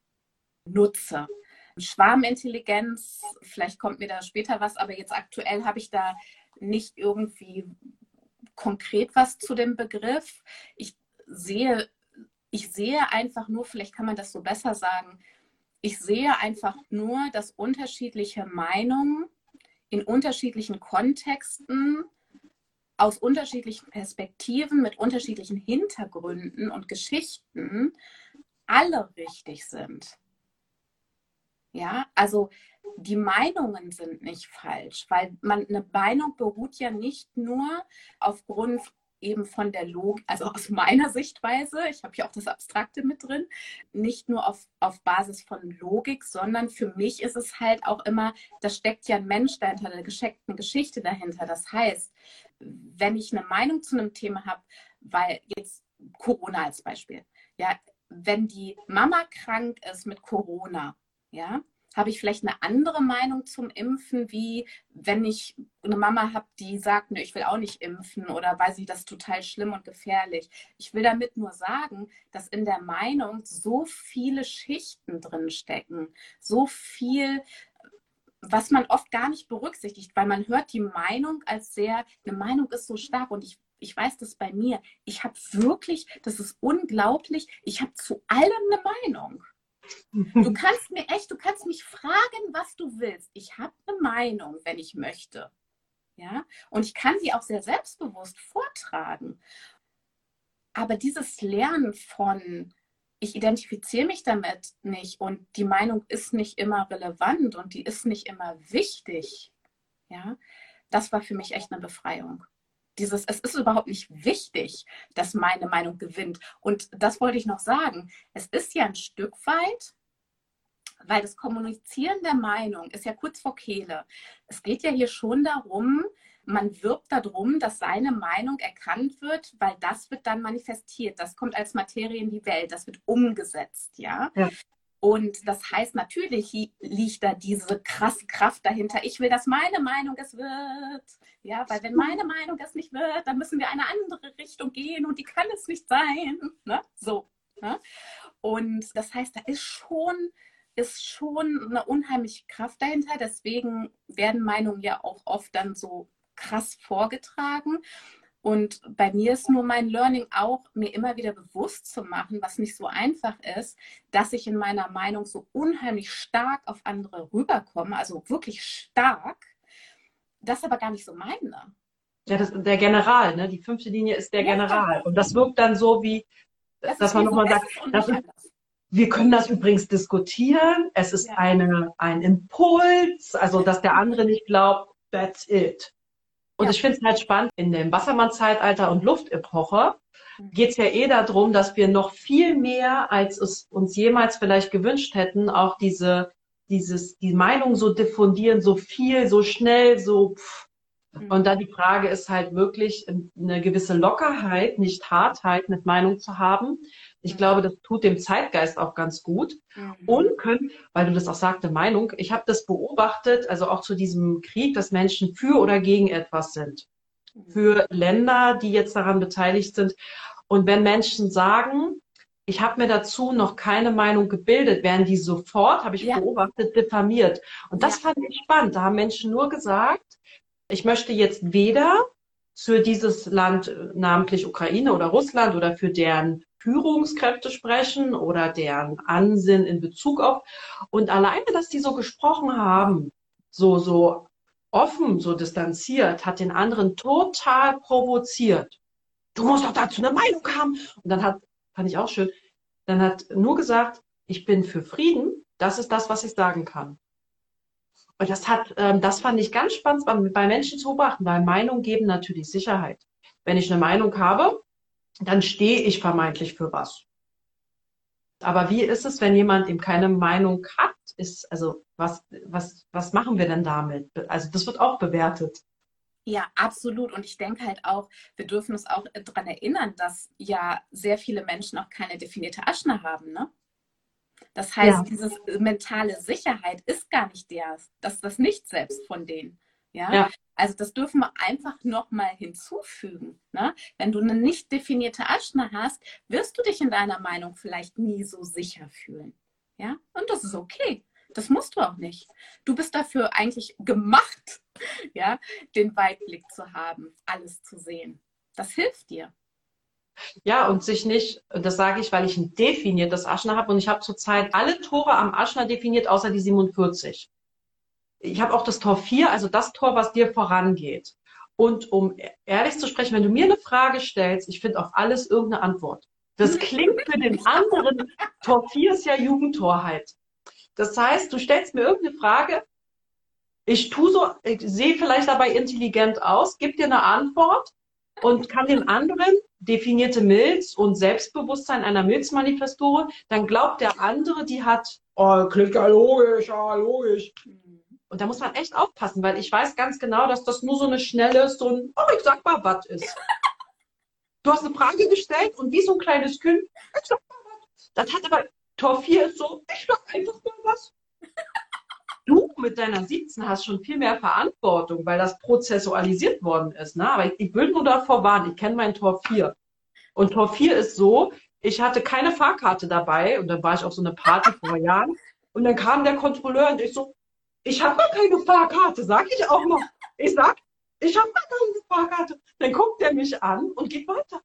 nutze. Schwarmintelligenz, vielleicht kommt mir da später was, aber jetzt aktuell habe ich da nicht irgendwie konkret was zu dem Begriff. Ich sehe einfach nur, vielleicht kann man das so besser sagen, ich sehe einfach nur, dass unterschiedliche Meinungen in unterschiedlichen Kontexten, aus unterschiedlichen Perspektiven, mit unterschiedlichen Hintergründen und Geschichten alle richtig sind. Ja, also die Meinungen sind nicht falsch, weil eine Meinung beruht ja nicht nur aufgrund eben von der Logik, also aus meiner Sichtweise, ich habe ja auch das Abstrakte mit drin, nicht nur auf Basis von Logik, sondern für mich ist es halt auch immer, da steckt ja ein Mensch dahinter, eine Geschichte dahinter. Das heißt, wenn ich eine Meinung zu einem Thema habe, weil jetzt Corona als Beispiel, ja, wenn die Mama krank ist mit Corona, ja, habe ich vielleicht eine andere Meinung zum Impfen, wie wenn ich eine Mama habe, die sagt, ne, ich will auch nicht impfen oder weiß ich, das ist total schlimm und gefährlich. Ich will damit nur sagen, dass in der Meinung so viele Schichten drin stecken, so viel, was man oft gar nicht berücksichtigt, weil man hört die Meinung als eine Meinung ist so stark und ich weiß das bei mir. Ich habe wirklich, das ist unglaublich, ich habe zu allem eine Meinung. Du kannst mich fragen, was du willst. Ich habe eine Meinung, wenn ich möchte. Ja? Und ich kann sie auch sehr selbstbewusst vortragen. Aber dieses Lernen von, ich identifiziere mich damit nicht und die Meinung ist nicht immer relevant und die ist nicht immer wichtig, ja, das war für mich echt eine Befreiung. Es ist überhaupt nicht wichtig, dass meine Meinung gewinnt. Und das wollte ich noch sagen. Es ist ja ein Stück weit, weil das Kommunizieren der Meinung ist ja kurz vor Kehle. Es geht ja hier schon darum, man wirbt darum, dass seine Meinung erkannt wird, weil das wird dann manifestiert. Das kommt als Materie in die Welt, das wird umgesetzt, ja. Und das heißt, natürlich liegt da diese krasse Kraft dahinter. Ich will, dass meine Meinung es wird. Ja, weil wenn meine Meinung es nicht wird, dann müssen wir eine andere Richtung gehen und die kann es nicht sein. Ne? So. Ne? Und das heißt, da ist schon eine unheimliche Kraft dahinter. Deswegen werden Meinungen ja auch oft dann so krass vorgetragen. Und bei mir ist nur mein Learning auch, mir immer wieder bewusst zu machen, was nicht so einfach ist, dass ich in meiner Meinung so unheimlich stark auf andere rüberkomme, also wirklich stark, das aber gar nicht so meine. Ja, das der General, ne? Die 5. Linie ist der General. Und das wirkt dann so wie, dass man nochmal sagt, wir können das übrigens diskutieren. Es ist ein Impuls, also dass der andere nicht glaubt, that's it. Und ich finde es halt spannend, in dem Wassermann-Zeitalter und Luftepoche geht es ja darum, dass wir noch viel mehr, als es uns jemals vielleicht gewünscht hätten, auch die Meinung so diffundieren, so viel, so schnell, so Und dann die Frage ist halt wirklich, eine gewisse Lockerheit, nicht Hartheit mit Meinung zu haben. Ich glaube, das tut dem Zeitgeist auch ganz gut. Und weil du das auch sagte, Meinung, ich habe das beobachtet, also auch zu diesem Krieg, dass Menschen für oder gegen etwas sind. Für Länder, die jetzt daran beteiligt sind. Und wenn Menschen sagen, ich habe mir dazu noch keine Meinung gebildet, werden die sofort, habe ich beobachtet, diffamiert. Und das fand ich spannend. Da haben Menschen nur gesagt, ich möchte jetzt weder für dieses Land, namentlich Ukraine oder Russland, oder für deren Führungskräfte sprechen oder deren Ansinnen in Bezug auf. Und alleine, dass die so gesprochen haben, so offen, so distanziert, hat den anderen total provoziert. Du musst doch dazu eine Meinung haben. Und dann fand ich auch schön, dann hat nur gesagt, ich bin für Frieden, das ist das, was ich sagen kann. Und das fand ich ganz spannend bei Menschen zu beobachten, weil Meinungen geben natürlich Sicherheit. Wenn ich eine Meinung habe, dann stehe ich vermeintlich für was. Aber wie ist es, wenn jemand eben keine Meinung hat? Also was machen wir denn damit? Also das wird auch bewertet. Ja, absolut. Und ich denke halt auch, wir dürfen uns auch daran erinnern, dass ja sehr viele Menschen auch keine definierte Aschna haben, ne? Das heißt, diese mentale Sicherheit ist gar nicht das Nicht-Selbst von denen. Ja? Also das dürfen wir einfach nochmal hinzufügen. Ne? Wenn du eine nicht definierte Aschna hast, wirst du dich in deiner Meinung vielleicht nie so sicher fühlen. Ja? Und das ist okay. Das musst du auch nicht. Du bist dafür eigentlich gemacht, ja, den Weitblick zu haben, alles zu sehen. Das hilft dir. Ja, und sich nicht, das sage ich, weil ich ein definiertes Aschna habe, und ich habe zurzeit alle Tore am Aschna definiert, außer die 47. Ich habe auch das Tor 4, also das Tor, was dir vorangeht. Und um ehrlich zu sprechen, wenn du mir eine Frage stellst, ich finde auf alles irgendeine Antwort. Das klingt für den anderen, Tor 4 ist ja Jugendtorheit. Das heißt, du stellst mir irgendeine Frage, ich sehe vielleicht dabei intelligent aus, gebe dir eine Antwort und kann den anderen definierte Milz und Selbstbewusstsein einer Milzmanifestorin, dann glaubt der andere, die hat, klingt ja logisch, ja, logisch. Und da muss man echt aufpassen, weil ich weiß ganz genau, dass das nur so eine schnelle, ich sag mal, was ist. Du hast eine Frage gestellt und wie so ein kleines Kind, ich sag mal was. Das hat aber, Tor 4 ist so, ich sag einfach mal was. Du mit deiner 17 hast schon viel mehr Verantwortung, weil das prozessualisiert worden ist. Ne? Aber ich will nur davor warnen, ich kenne mein Tor 4. Und Tor 4 ist so, ich hatte keine Fahrkarte dabei und dann war ich auf so eine Party vor Jahren und dann kam der Kontrolleur und ich so, ich habe gar keine Fahrkarte, sag ich auch noch. Ich sag, ich habe gar keine Fahrkarte. Dann guckt er mich an und geht weiter.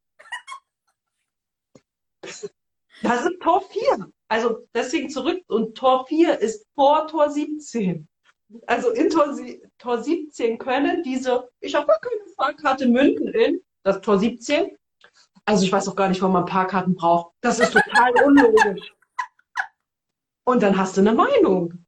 Das ist Tor 4. Also deswegen zurück, und Tor 4 ist vor Tor 17. Also in Tor 17 können ich habe gar keine Fahrkarte, münden in das Tor 17. Also ich weiß auch gar nicht, warum man Fahrkarten braucht. Das ist total unlogisch. Und dann hast du eine Meinung.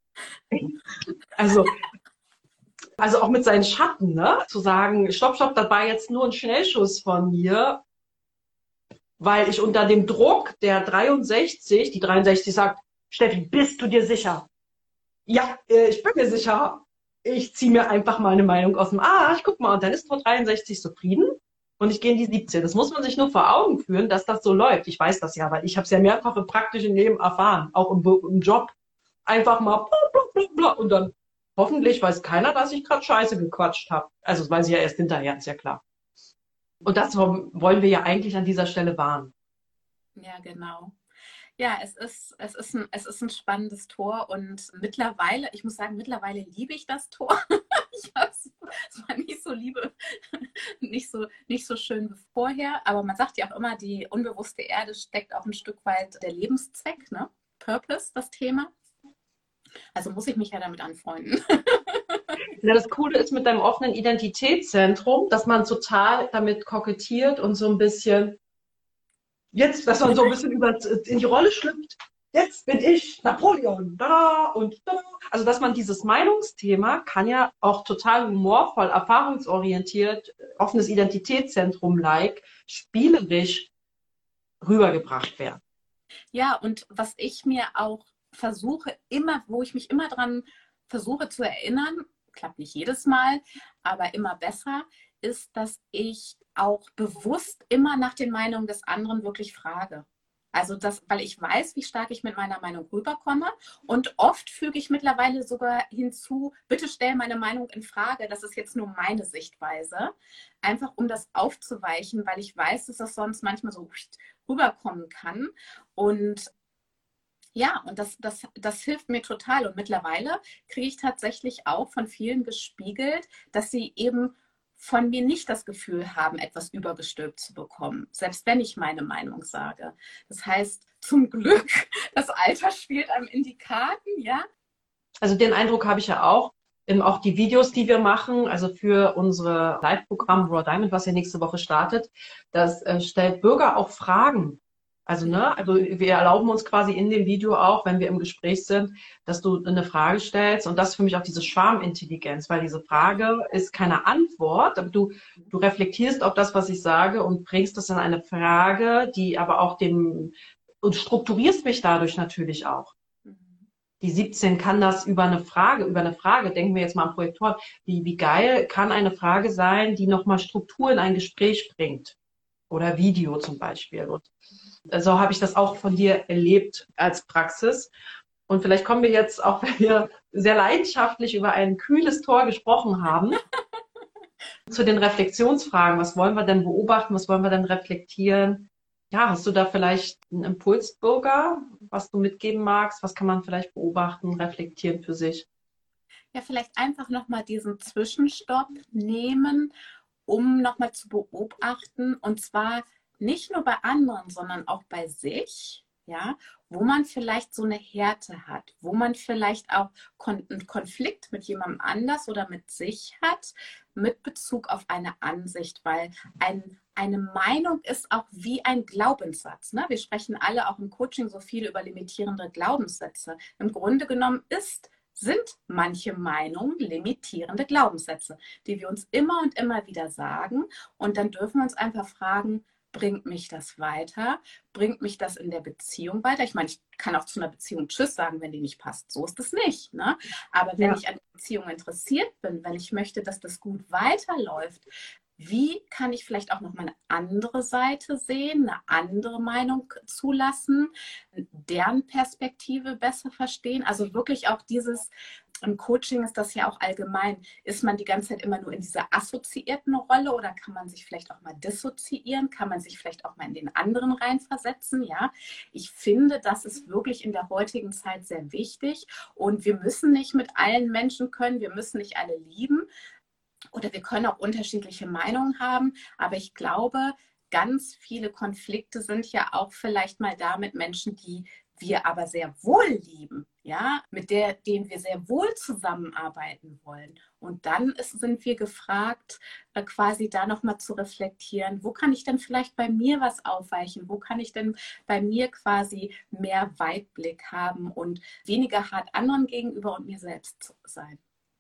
Also auch mit seinen Schatten, ne? Zu sagen, stopp, das war jetzt nur ein Schnellschuss von mir, weil ich unter dem Druck die 63 sagt, Steffi, bist du dir sicher? Ja, ich bin mir sicher. Ich ziehe mir einfach mal eine Meinung aus dem Arsch. Guck mal, und dann ist Tor 63 zufrieden. und ich gehe in die 17. Das muss man sich nur vor Augen führen, dass das so läuft. Ich weiß das ja, weil ich habe es ja mehrfach im praktischen Leben erfahren, auch im Job. Einfach mal bla, bla, bla, bla, und dann hoffentlich weiß keiner, dass ich gerade Scheiße gequatscht habe. Also das weiß ich ja erst hinterher, ist ja klar. Und das wollen wir ja eigentlich an dieser Stelle wahren. Ja, genau. Ja, es ist ein spannendes Tor und mittlerweile, ich muss sagen, mittlerweile liebe ich das Tor. Es war nicht so schön wie vorher, aber man sagt ja auch immer, die unbewusste Erde steckt auch ein Stück weit der Lebenszweck, ne? Purpose, das Thema. Also muss ich mich ja damit anfreunden. Ja, das Coole ist mit deinem offenen Identitätszentrum, dass man total damit kokettiert und so ein bisschen, jetzt, dass man so ein bisschen in die Rolle schlüpft. Jetzt bin ich Napoleon, da und da. Also, dass man dieses Meinungsthema kann ja auch total humorvoll, erfahrungsorientiert, offenes Identitätszentrum-like, spielerisch rübergebracht werden. Ja, und was ich mir auch versuche, wo ich mich immer dran versuche zu erinnern, klappt nicht jedes Mal, aber immer besser, ist, dass ich auch bewusst immer nach den Meinungen des anderen wirklich frage. Also weil ich weiß, wie stark ich mit meiner Meinung rüberkomme und oft füge ich mittlerweile sogar hinzu, bitte stell meine Meinung in Frage, das ist jetzt nur meine Sichtweise, einfach um das aufzuweichen, weil ich weiß, dass das sonst manchmal so rüberkommen kann und ja, und das hilft mir total. Und mittlerweile kriege ich tatsächlich auch von vielen gespiegelt, dass sie eben von mir nicht das Gefühl haben, etwas übergestülpt zu bekommen, selbst wenn ich meine Meinung sage. Das heißt, zum Glück, das Alter spielt einem in die Karten, ja. Also den Eindruck habe ich ja auch. Auch die Videos, die wir machen, also für unser Live-Programm Raw Diamond, was ja nächste Woche startet, das stellt Bürger auch Fragen. Also, also wir erlauben uns quasi in dem Video auch, wenn wir im Gespräch sind, dass du eine Frage stellst und das ist für mich auch diese Schwarmintelligenz, weil diese Frage ist keine Antwort, aber du reflektierst auf das, was ich sage und bringst das in eine Frage, die aber auch und strukturierst mich dadurch natürlich auch. Die 17 kann das über eine Frage, denken wir jetzt mal an Projektoren, wie geil kann eine Frage sein, die nochmal Struktur in ein Gespräch bringt. Oder Video zum Beispiel. Und so habe ich das auch von dir erlebt als Praxis. Und vielleicht kommen wir jetzt, auch wenn wir sehr leidenschaftlich über ein kühles Tor gesprochen haben, zu den Reflexionsfragen. Was wollen wir denn beobachten? Was wollen wir denn reflektieren? Ja, hast du da vielleicht einen Impuls, Bürger, was du mitgeben magst? Was kann man vielleicht beobachten, reflektieren für sich? Ja, vielleicht einfach nochmal diesen Zwischenstopp nehmen, um nochmal zu beobachten, und zwar nicht nur bei anderen, sondern auch bei sich, ja, wo man vielleicht so eine Härte hat, wo man vielleicht auch einen Konflikt mit jemandem anders oder mit sich hat, mit Bezug auf eine Ansicht, weil eine Meinung ist auch wie ein Glaubenssatz. Ne? Wir sprechen alle auch im Coaching so viel über limitierende Glaubenssätze. Im Grunde genommen sind manche Meinungen limitierende Glaubenssätze, die wir uns immer und immer wieder sagen. Und dann dürfen wir uns einfach fragen, bringt mich das weiter? Bringt mich das in der Beziehung weiter? Ich meine, ich kann auch zu einer Beziehung Tschüss sagen, wenn die nicht passt. So ist es nicht. Ne? Aber wenn ich an der Beziehung interessiert bin, wenn ich möchte, dass das gut weiterläuft, wie kann ich vielleicht auch noch mal eine andere Seite sehen, eine andere Meinung zulassen, deren Perspektive besser verstehen? Also wirklich auch im Coaching ist das ja auch allgemein, ist man die ganze Zeit immer nur in dieser assoziierten Rolle oder kann man sich vielleicht auch mal dissoziieren? Kann man sich vielleicht auch mal in den anderen reinversetzen? Ja, ich finde, das ist wirklich in der heutigen Zeit sehr wichtig und wir müssen nicht mit allen Menschen können, wir müssen nicht alle lieben. Oder wir können auch unterschiedliche Meinungen haben, aber ich glaube, ganz viele Konflikte sind ja auch vielleicht mal da mit Menschen, die wir aber sehr wohl lieben, ja, denen wir sehr wohl zusammenarbeiten wollen. Und dann sind wir gefragt, quasi da nochmal zu reflektieren, wo kann ich denn vielleicht bei mir was aufweichen, wo kann ich denn bei mir quasi mehr Weitblick haben und weniger hart anderen gegenüber und mir selbst sein.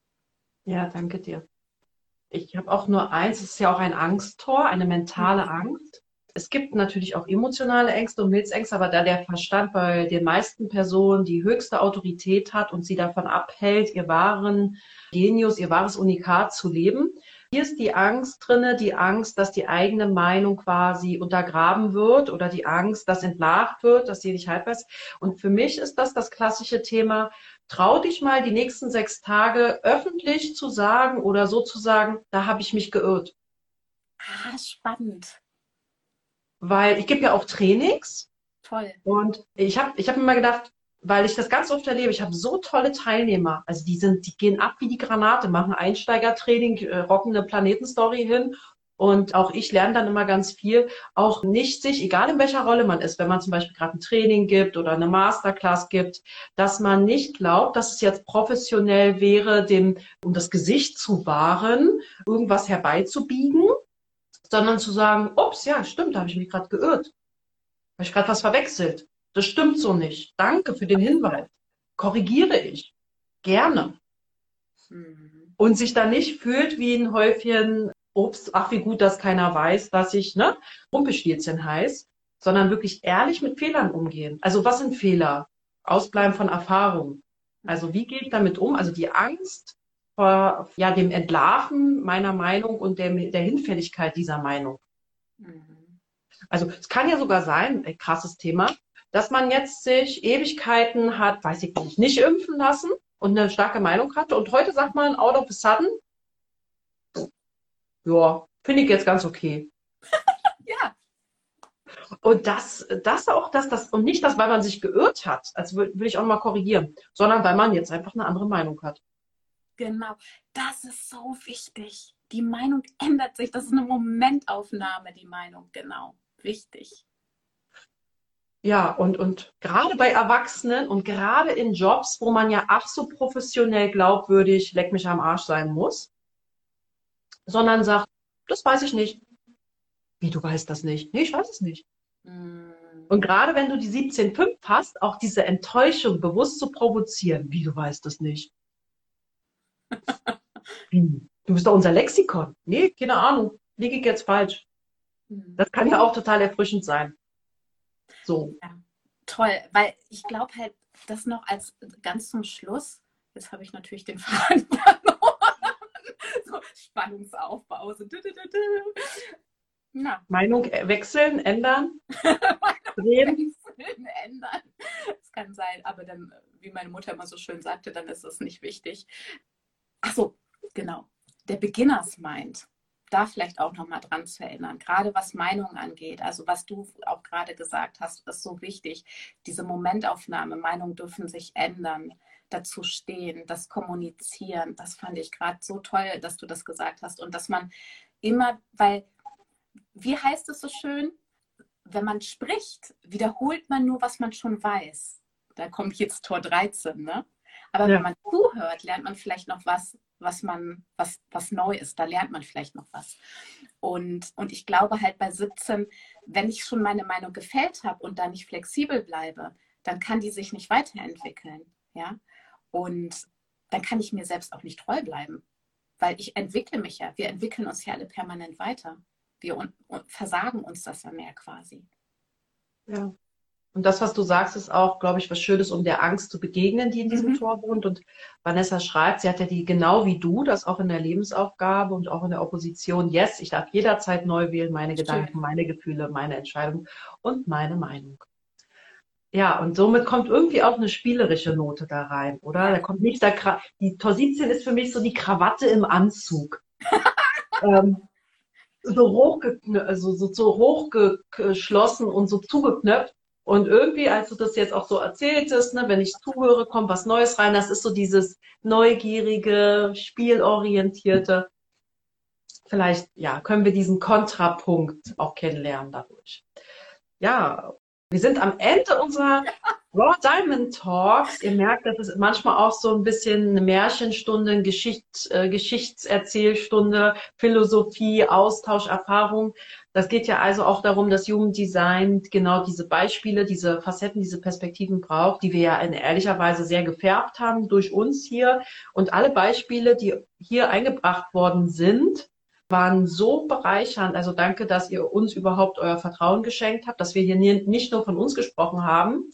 Ja, danke dir. Ich habe auch nur eins, es ist ja auch ein Angsttor, eine mentale Angst. Es gibt natürlich auch emotionale Ängste und Milzängste, aber da der Verstand bei den meisten Personen die höchste Autorität hat und sie davon abhält, ihr wahren Genius, ihr wahres Unikat zu leben, hier ist die Angst drinne, die Angst, dass die eigene Meinung quasi untergraben wird oder die Angst, dass entlarvt wird, dass sie nicht haltbar ist. Und für mich ist das klassische Thema, trau dich mal die nächsten 6 Tage öffentlich zu sagen oder so zu sagen, da habe ich mich geirrt. Ah, spannend. Weil ich gebe ja auch Trainings Toll. und ich hab mir mal gedacht, weil ich das ganz oft erlebe, ich habe so tolle Teilnehmer, also die gehen ab wie die Granate, machen Einsteigertraining, rocken eine Planetenstory hin und auch ich lerne dann immer ganz viel, auch nicht sich, egal in welcher Rolle man ist, wenn man zum Beispiel gerade ein Training gibt oder eine Masterclass gibt, dass man nicht glaubt, dass es jetzt professionell wäre, um das Gesicht zu wahren, irgendwas herbeizubiegen, sondern zu sagen, ups, ja, stimmt, da habe ich mich gerade geirrt. Habe ich gerade was verwechselt. Das stimmt so nicht. Danke für den Hinweis. Korrigiere ich. Gerne. Mhm. Und sich dann nicht fühlt wie ein Häufchen Obst, ach wie gut, dass keiner weiß, dass ich Rumpelstilzchen heiß, sondern wirklich ehrlich mit Fehlern umgehen. Also was sind Fehler? Ausbleiben von Erfahrung. Also wie gehe ich damit um? Also die Angst vor dem Entlarven meiner Meinung und der Hinfälligkeit dieser Meinung. Mhm. Also es kann ja sogar sein, krasses Thema, dass man jetzt sich Ewigkeiten hat, weiß ich nicht impfen lassen und eine starke Meinung hatte. Und heute sagt man out of a sudden, ja, finde ich jetzt ganz okay. Ja. Und und nicht das, weil man sich geirrt hat, also will ich auch mal korrigieren, sondern weil man jetzt einfach eine andere Meinung hat. Genau, das ist so wichtig. Die Meinung ändert sich. Das ist eine Momentaufnahme, die Meinung, genau. Wichtig. Ja, und gerade bei Erwachsenen und gerade in Jobs, wo man ja ach so professionell glaubwürdig, leck mich am Arsch sein muss, sondern sagt, das weiß ich nicht. Wie, du weißt das nicht? Nee, ich weiß es nicht. Mhm. Und gerade wenn du die 17,5 hast, auch diese Enttäuschung bewusst zu provozieren. Wie, du weißt das nicht? Wie? Du bist doch unser Lexikon. Nee, keine Ahnung. Liege ich jetzt falsch? Das kann ja auch total erfrischend sein. So. Ja, toll, weil ich glaube halt, das noch als ganz zum Schluss, jetzt habe ich natürlich den Faden verloren. So Spannungsaufbau. So. Na, Meinung wechseln, ändern, Meinung reden. wechseln, ändern. Das kann sein, aber dann, wie meine Mutter immer so schön sagte, dann ist es nicht wichtig. Ach so, genau. Der Beginners Mind, da vielleicht auch nochmal dran zu erinnern, gerade was Meinungen angeht, also was du auch gerade gesagt hast, ist so wichtig. Diese Momentaufnahme, Meinungen dürfen sich ändern, dazu stehen, das Kommunizieren, das fand ich gerade so toll, dass du das gesagt hast und dass man immer, weil, wie heißt es so schön, wenn man spricht, wiederholt man nur, was man schon weiß. Da kommt jetzt Tor 13, ne? Aber Ja. wenn man zuhört, lernt man vielleicht noch was neu ist. Da lernt man vielleicht noch was. Und ich glaube halt bei 17, wenn ich schon meine Meinung gefällt habe und da nicht flexibel bleibe, dann kann die sich nicht weiterentwickeln. Ja? Und dann kann ich mir selbst auch nicht treu bleiben. Weil ich entwickle mich ja. Wir entwickeln uns ja alle permanent weiter. Wir versagen uns das ja mehr quasi. Ja. Und das, was du sagst, ist auch, glaube ich, was Schönes, um der Angst zu begegnen, die in diesem Tor wohnt. Und Vanessa schreibt, sie hat ja die, genau wie du, das auch in der Lebensaufgabe und auch in der Opposition. Yes, ich darf jederzeit neu wählen, meine Gedanken, meine Gefühle, meine Entscheidung und meine Meinung. Ja, und somit kommt irgendwie auch eine spielerische Note da rein, oder? Da kommt nicht die Tor 17 ist für mich so die Krawatte im Anzug. so hochgeschlossen und so zugeknöpft. Und irgendwie, als du das jetzt auch so erzähltest, ne, wenn ich zuhöre, kommt was Neues rein. Das ist so dieses neugierige, spielorientierte. Vielleicht, ja, können wir diesen Kontrapunkt auch kennenlernen dadurch. Ja, wir sind am Ende unserer Raw Diamond Talks. Ihr merkt, das ist manchmal auch so ein bisschen eine Märchenstunde, eine Geschichtserzählstunde, Philosophie, Austausch, Erfahrung. Das geht ja also auch darum, dass Human Design genau diese Beispiele, diese Facetten, diese Perspektiven braucht, die wir ja in ehrlicher Weise sehr gefärbt haben durch uns hier. Und alle Beispiele, die hier eingebracht worden sind, waren so bereichernd. Also danke, dass ihr uns überhaupt euer Vertrauen geschenkt habt, dass wir hier nicht nur von uns gesprochen haben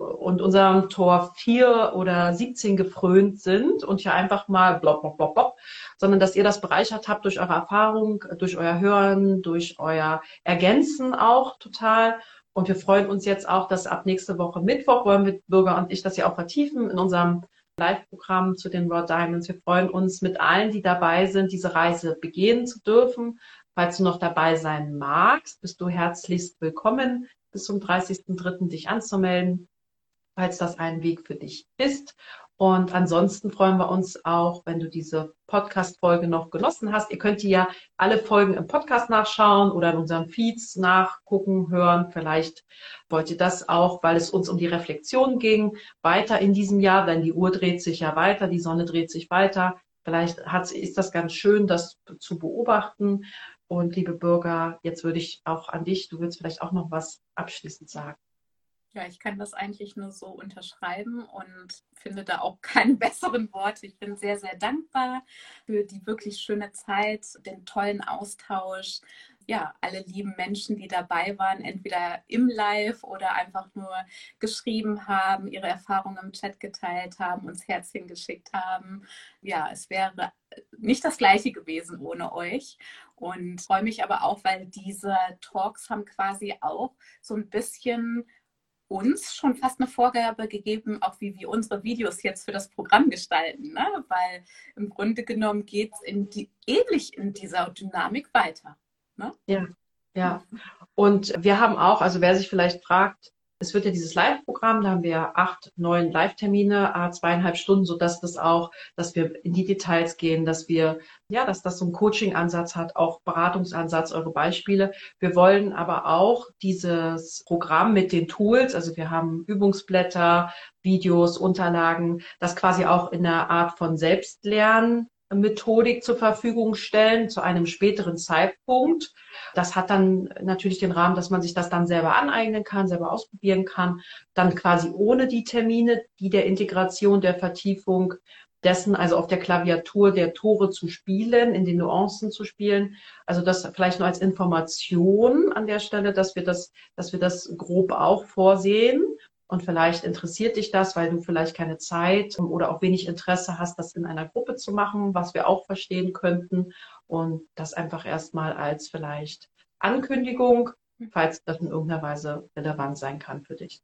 und unserem Tor 4 oder 17 gefrönt sind und hier einfach mal blop, blop, blop, blop, sondern dass ihr das bereichert habt durch eure Erfahrung, durch euer Hören, durch euer Ergänzen auch total. Und wir freuen uns jetzt auch, dass ab nächste Woche Mittwoch wollen wir, Bürger und ich, das ja auch vertiefen in unserem Live-Programm zu den Raw Diamonds. Wir freuen uns mit allen, die dabei sind, diese Reise begehen zu dürfen. Falls du noch dabei sein magst, bist du herzlichst willkommen, bis zum 30.03. dich anzumelden, falls das ein Weg für dich ist. Und ansonsten freuen wir uns auch, wenn du diese Podcast-Folge noch genossen hast. Ihr könnt die ja alle Folgen im Podcast nachschauen oder in unseren Feeds nachgucken, hören. Vielleicht wollt ihr das auch, weil es uns um die Reflexion ging, weiter in diesem Jahr, denn die Uhr dreht sich ja weiter, die Sonne dreht sich weiter. Vielleicht ist das ganz schön, das zu beobachten. Und liebe Bürger, jetzt würde ich auch an dich, du willst vielleicht auch noch was abschließend sagen. Ja, ich kann das eigentlich nur so unterschreiben und finde da auch keine besseren Worte. Ich bin sehr, sehr dankbar für die wirklich schöne Zeit, den tollen Austausch. Ja, alle lieben Menschen, die dabei waren, entweder im Live oder einfach nur geschrieben haben, ihre Erfahrungen im Chat geteilt haben, uns Herzchen geschickt haben. Ja, es wäre nicht das Gleiche gewesen ohne euch. Und freue mich aber auch, weil diese Talks haben quasi auch so ein bisschen uns schon fast eine Vorgabe gegeben, auch wie wir unsere Videos jetzt für das Programm gestalten, ne? Weil im Grunde genommen geht es ähnlich in dieser Dynamik weiter. Ne? Ja, ja. Und wir haben auch, also wer sich vielleicht fragt, es wird ja dieses Live-Programm, da haben wir 8, 9 Live-Termine, 2,5 Stunden, sodass das auch, dass wir in die Details gehen, dass wir, ja, dass das so einen Coaching-Ansatz hat, auch Beratungsansatz, eure Beispiele. Wir wollen aber auch dieses Programm mit den Tools, also wir haben Übungsblätter, Videos, Unterlagen, das quasi auch in einer Art von Selbstlernmethodik zur Verfügung stellen, zu einem späteren Zeitpunkt. Das hat dann natürlich den Rahmen, dass man sich das dann selber aneignen kann, selber ausprobieren kann, dann quasi ohne die Termine, die der Integration, der Vertiefung dessen, also auf der Klaviatur der Tore zu spielen, in den Nuancen zu spielen. Also das vielleicht nur als Information an der Stelle, dass wir das grob auch vorsehen. Und vielleicht interessiert dich das, weil du vielleicht keine Zeit oder auch wenig Interesse hast, das in einer Gruppe zu machen, was wir auch verstehen könnten. Und das einfach erstmal als vielleicht Ankündigung, falls das in irgendeiner Weise relevant sein kann für dich.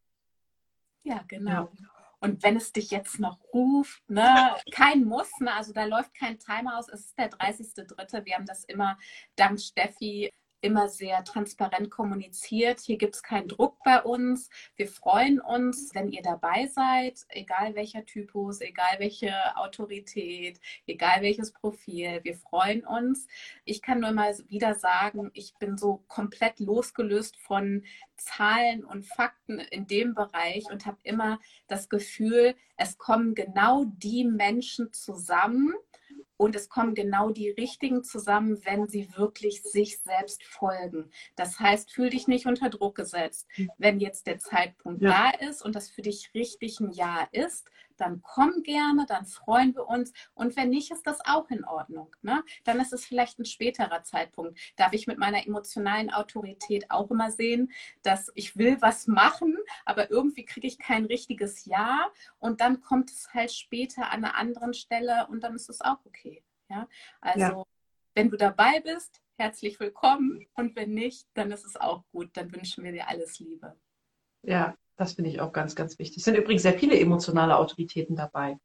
Ja, genau. Ja. Und wenn es dich jetzt noch ruft, ne, kein Muss, ne, also da läuft kein Timer aus, es ist der 30.03. Wir haben das immer dank Steffi immer sehr transparent kommuniziert. Hier gibt es keinen Druck bei uns. Wir freuen uns, wenn ihr dabei seid, egal welcher Typus, egal welche Autorität, egal welches Profil. Wir freuen uns. Ich kann nur mal wieder sagen, ich bin so komplett losgelöst von Zahlen und Fakten in dem Bereich und habe immer das Gefühl, es kommen genau die Menschen zusammen, und es kommen genau die Richtigen zusammen, wenn sie wirklich sich selbst folgen. Das heißt, fühl dich nicht unter Druck gesetzt. Wenn jetzt der Zeitpunkt da ist und das für dich richtig ein Ja ist, dann komm gerne, dann freuen wir uns. Und wenn nicht, ist das auch in Ordnung. Ne? Dann ist es vielleicht ein späterer Zeitpunkt. Darf ich mit meiner emotionalen Autorität auch immer sehen, dass ich will was machen, aber irgendwie kriege ich kein richtiges Ja. Und dann kommt es halt später an einer anderen Stelle und dann ist es auch okay. Ja? Also wenn du dabei bist, herzlich willkommen. Und wenn nicht, dann ist es auch gut. Dann wünschen wir dir alles Liebe. Ja. Das finde ich auch ganz, ganz wichtig. Es sind übrigens sehr viele emotionale Autoritäten dabei.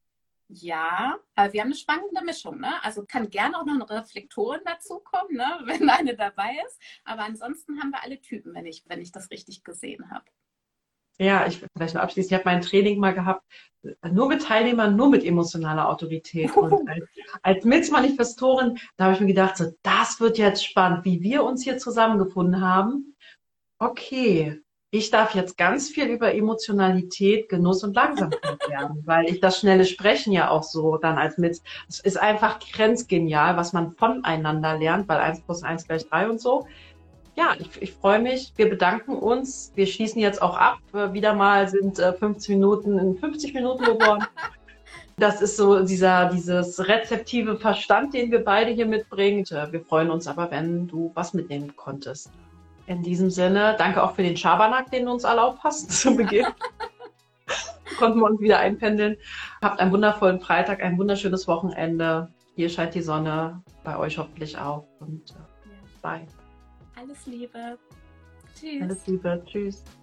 Ja, aber wir haben eine spannende Mischung. Ne? Also kann gerne auch noch eine Reflektorin dazukommen, ne? Wenn eine dabei ist. Aber ansonsten haben wir alle Typen, wenn ich das richtig gesehen habe. Ja, ich vielleicht noch abschließend. Ich habe mein Training mal gehabt, nur mit Teilnehmern, nur mit emotionaler Autorität. Und als Milzmanifestorin, da habe ich mir gedacht, so, das wird jetzt spannend, wie wir uns hier zusammengefunden haben. Okay. Ich darf jetzt ganz viel über Emotionalität, Genuss und Langsamkeit lernen, weil ich das schnelle Sprechen ja auch so dann als mit, es ist einfach grenzgenial, was man voneinander lernt, weil 1 + 1 = 3 und so. Ja, ich freue mich. Wir bedanken uns. Wir schließen jetzt auch ab. Wieder mal sind 15 Minuten in 50 Minuten geworden. Das ist so dieses rezeptive Verstand, den wir beide hier mitbringen. Wir freuen uns aber, wenn du was mitnehmen konntest. In diesem Sinne, danke auch für den Schabernack, den du uns erlaubt hast zu Beginn. konnten wir uns wieder einpendeln. Habt einen wundervollen Freitag, ein wunderschönes Wochenende. Hier scheint die Sonne, bei euch hoffentlich auch. Und bye. Alles Liebe. Tschüss. Alles Liebe. Tschüss.